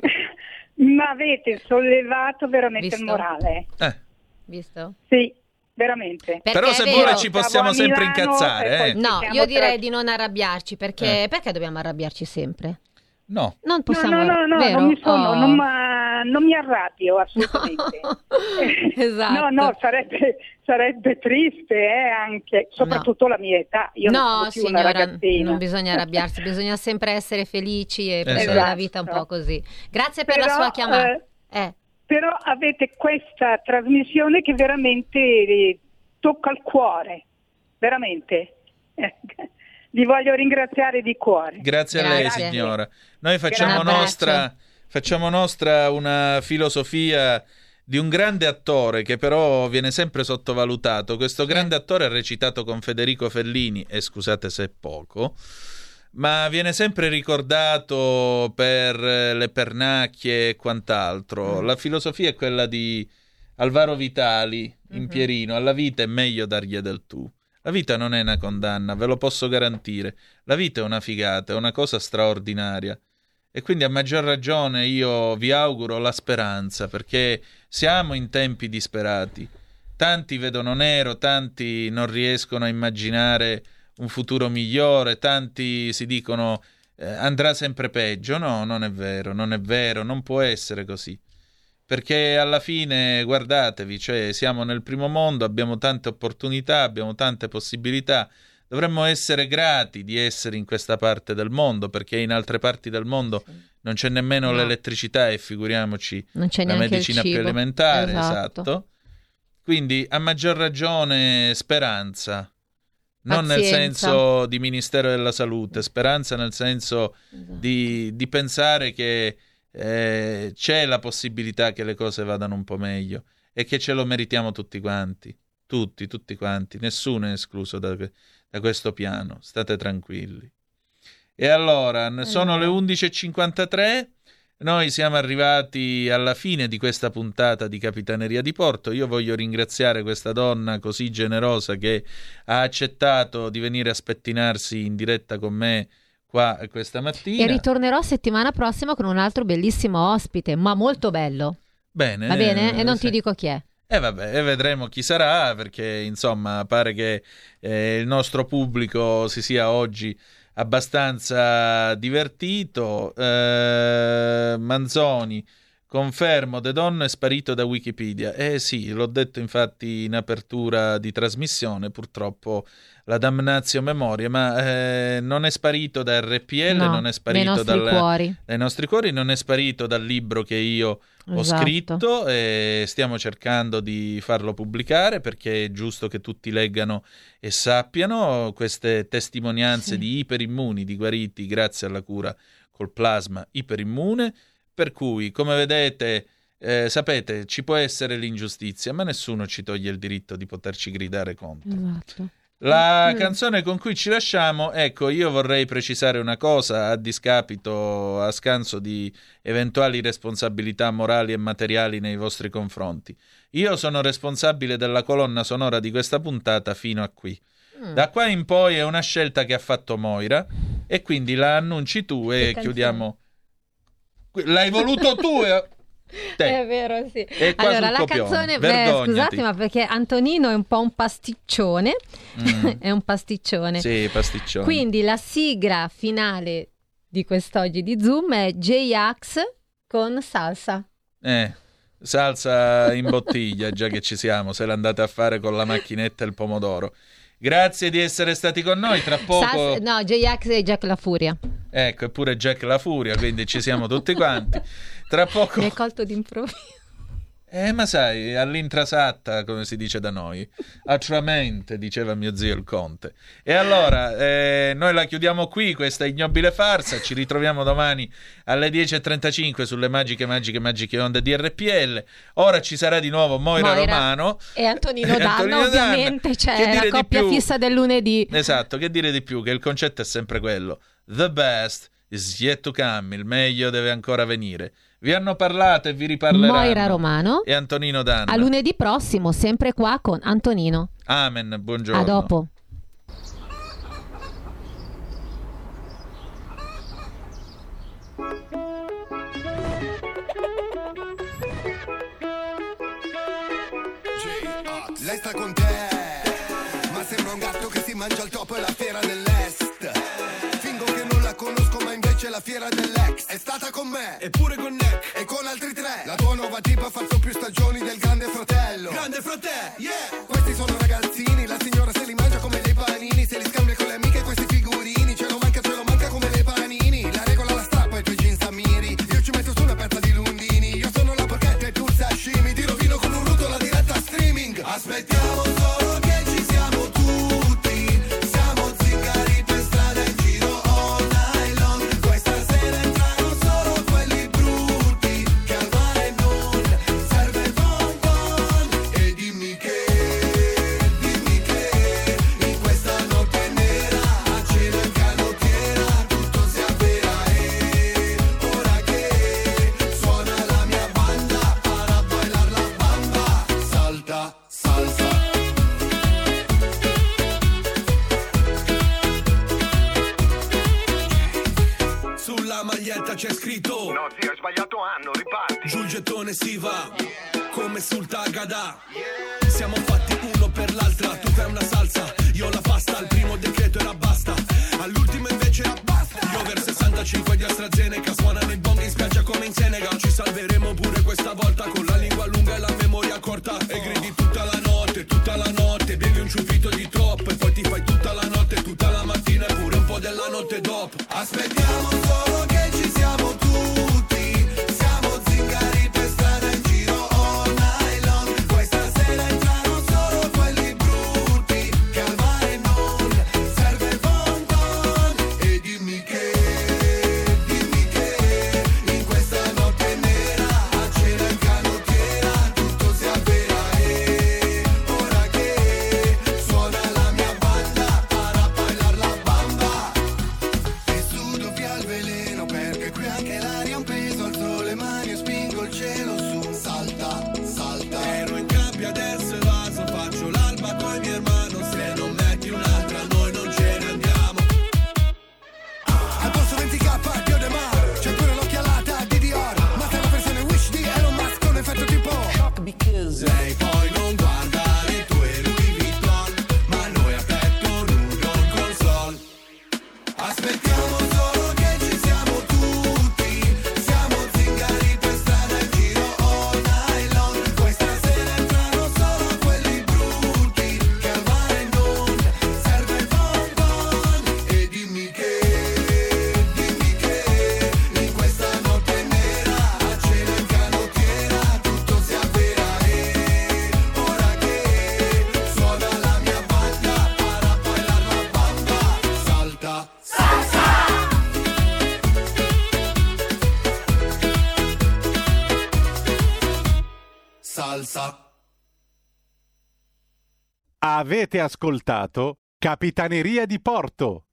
Ma avete sollevato veramente Visto? il morale. Eh. Visto? Sì, veramente. Perché Però è se vero. pure ci possiamo Stavo a sempre Milano incazzare, e poi eh. ci No, siamo io direi tra- di non arrabbiarci, perché Eh. perché dobbiamo arrabbiarci sempre? No. Non No, possiamo no, no, no, vero? non mi sono, Oh. non, ma- non mi arrabbio assolutamente. Esatto. No, no, sarebbe, sarebbe triste eh, anche, soprattutto la mia età. Io non No, sono più una signora, ragazzina. non bisogna arrabbiarsi, bisogna sempre essere felici e prendere Esatto. la vita un po' così. Grazie per la Però, sua chiamata. eh, Eh. Però avete questa trasmissione che veramente eh, tocca il cuore, veramente. Eh, Vi voglio ringraziare di cuore. Grazie a lei, Grazie. signora. Noi facciamo Grazie. nostra, facciamo nostra una filosofia di un grande attore che però viene sempre sottovalutato. Questo grande attore ha recitato con Federico Fellini, e scusate se è poco, ma viene sempre ricordato per le pernacchie e quant'altro. La filosofia è quella di Alvaro Vitali in Mhm. Pierino: alla vita è meglio dargli del tu. La vita non è una condanna, ve lo posso garantire. La vita è una figata, è una cosa straordinaria. E quindi a maggior ragione io vi auguro la speranza, perché siamo in tempi disperati. Tanti vedono nero, tanti non riescono a immaginare un futuro migliore, tanti si dicono eh, andrà sempre peggio. No, non è vero, non è vero, non può essere così. Perché alla fine, guardatevi, cioè siamo nel primo mondo, abbiamo tante opportunità, abbiamo tante possibilità. Dovremmo essere grati di essere in questa parte del mondo, perché in altre parti del mondo non c'è nemmeno No. l'elettricità, e figuriamoci Non c'è la neanche il medicina più cibo. elementare. Esatto. Esatto. Quindi a maggior ragione speranza. Non nel Pazienza. senso di Ministero della Salute, speranza nel senso di, di pensare che eh, c'è la possibilità che le cose vadano un po' meglio e che ce lo meritiamo tutti quanti, tutti, tutti quanti, nessuno è escluso da, da questo piano, state tranquilli. E allora, sono le undici e cinquantatré, noi siamo arrivati alla fine di questa puntata di Capitaneria di Porto. Io voglio ringraziare questa donna così generosa che ha accettato di venire a spettinarsi in diretta con me qua questa mattina. E ritornerò settimana prossima con un altro bellissimo ospite, ma molto bello. Bene. Va bene? E non sì. ti dico chi è. E vabbè, e vedremo chi sarà, perché insomma pare che eh, il nostro pubblico si sia oggi abbastanza divertito. eh, Manzoni Confermo, De Donno è sparito da Wikipedia. Eh sì, l'ho detto infatti in apertura di trasmissione, purtroppo la damnatio memoria, ma eh, non è sparito da R P L, no, non è sparito dai nostri, cuori. dai nostri cuori, non è sparito dal libro che io ho esatto. scritto e stiamo cercando di farlo pubblicare perché è giusto che tutti leggano e sappiano queste testimonianze sì. di iperimmuni, di guariti grazie alla cura col plasma iperimmune. Per cui, come vedete, eh, sapete, ci può essere l'ingiustizia, ma nessuno ci toglie il diritto di poterci gridare contro. Esatto. La canzone con cui ci lasciamo, ecco, io vorrei precisare una cosa a discapito, a scanso di eventuali responsabilità morali e materiali nei vostri confronti. Io sono responsabile della colonna sonora di questa puntata fino a qui. Mm. Da qua in poi è una scelta che ha fatto Moira e quindi la annunci tu e chiudiamo... L'hai voluto tu? E... È vero, sì. E allora, la canzone, beh, scusate, ma perché Antonino è un po' un pasticcione. Mm. È un pasticcione. Sì, pasticcione. Quindi la sigla finale di quest'oggi di Zoom è J-Ax con Salsa. Eh, salsa in bottiglia, già che ci siamo, se l'andate a fare con la macchinetta e il pomodoro. Grazie di essere stati con noi, tra poco... Sas- no, J-Ax e Jack La Furia. Ecco, eppure Jack La Furia, quindi ci siamo tutti quanti. Tra poco... Mi hai colto d'improvviso. Eh, ma sai, all'intrasatta, come si dice da noi. Atramente, diceva mio zio il conte. E allora, eh, noi la chiudiamo qui, questa ignobile farsa. Ci ritroviamo domani alle dieci e trentacinque sulle magiche, magiche, magiche onde di R P L. Ora ci sarà di nuovo Moira, Moira Romano. E Antonino Danna, Antonino ovviamente. Danna. C'è la coppia più? fissa del lunedì. Esatto, che dire di più? Che il concetto è sempre quello. The best is yet to come. Il meglio deve ancora venire. Vi hanno parlato e vi riparleranno Moira Romano e Antonino Danna. A lunedì prossimo, sempre qua con Antonino. Amen, buongiorno. A dopo. Lei sta con te, ma sembra un gatto che si mangia il topo e la fiera dell'est. Fingo che non la conosco, ma invece la fiera dell'ex è stata con me, eppure con Nick e con altri tre. La tua nuova tipa ha fatto più stagioni del Grande Fratello. Grande Fratello, yeah! Questi sono ragazzini, la signora se li mangia come dei panini, se li scambia con le amiche questi figurini. Ce lo manca, ce lo manca come dei panini. La regola la strappa ai tuoi jeans a miri. Io ci metto su una pezza di lundini. Io sono la porchetta e tu il sashimi. Ti rovino con un ruto la diretta streaming. Aspettiamo solo che ci siamo tutti. Siamo zingari per strada in giro all night long. Questa sera entrano solo quelli brutti che al mare non serve il bon bon. E dimmi che, dimmi che in questa notte nera accedo in canottiera tutto si avvera. E ora che suona la mia banda para bailar la bamba. Salta, salsa. Sulla maglietta c'è scritto: no zio, hai sbagliato anno, riparti. Giù il gettone si va, come sul Tagada. Siamo fatti uno per l'altra. Tu fai una salsa, io la pasta. Al primo decreto era basta, all'ultimo invece era basta. Gli over sessantacinque di AstraZeneca suonano i bong in spiaggia come in Senegal. Ci salveremo pure questa volta con la lingua lunga e la memoria corta. E gridi tutta la notte, tutta la notte. Bevi un ciuffito di troppo e poi ti fai tutta la notte, tutta la mattina e pure un po' della notte dopo. Aspettiamo solo che ci siamo tutti. Siamo zingari per strada in giro all night long. Questa sera entrano solo quelli brutti che al mare non serve il bon bon. E dimmi che, dimmi che in questa notte nera a cena in canottiera tutto si avvera. E ora che suona la mia banda para bailar la bamba. E sudo via il veleno perché qui anche l'aria ha un peso. Alzo le mani e spingo il cielo su. Salta, salta. Ero in gabbia, adesso evaso. Faccio l'alba coi miei hermano. Se non metti un'altra noi non ce ne andiamo. Al posto venti K Dio De Mar. C'è pure l'occhialata di Dior. Ma sei la versione Wish di Elon Musk con effetto tipo shock because. Lei poi non guarda le tue Louis Vuitton, ma noi a petto nudo in console. Aspettiamo solo che ci siamo tutti. salsa. Avete ascoltato Capitaneria di Porto,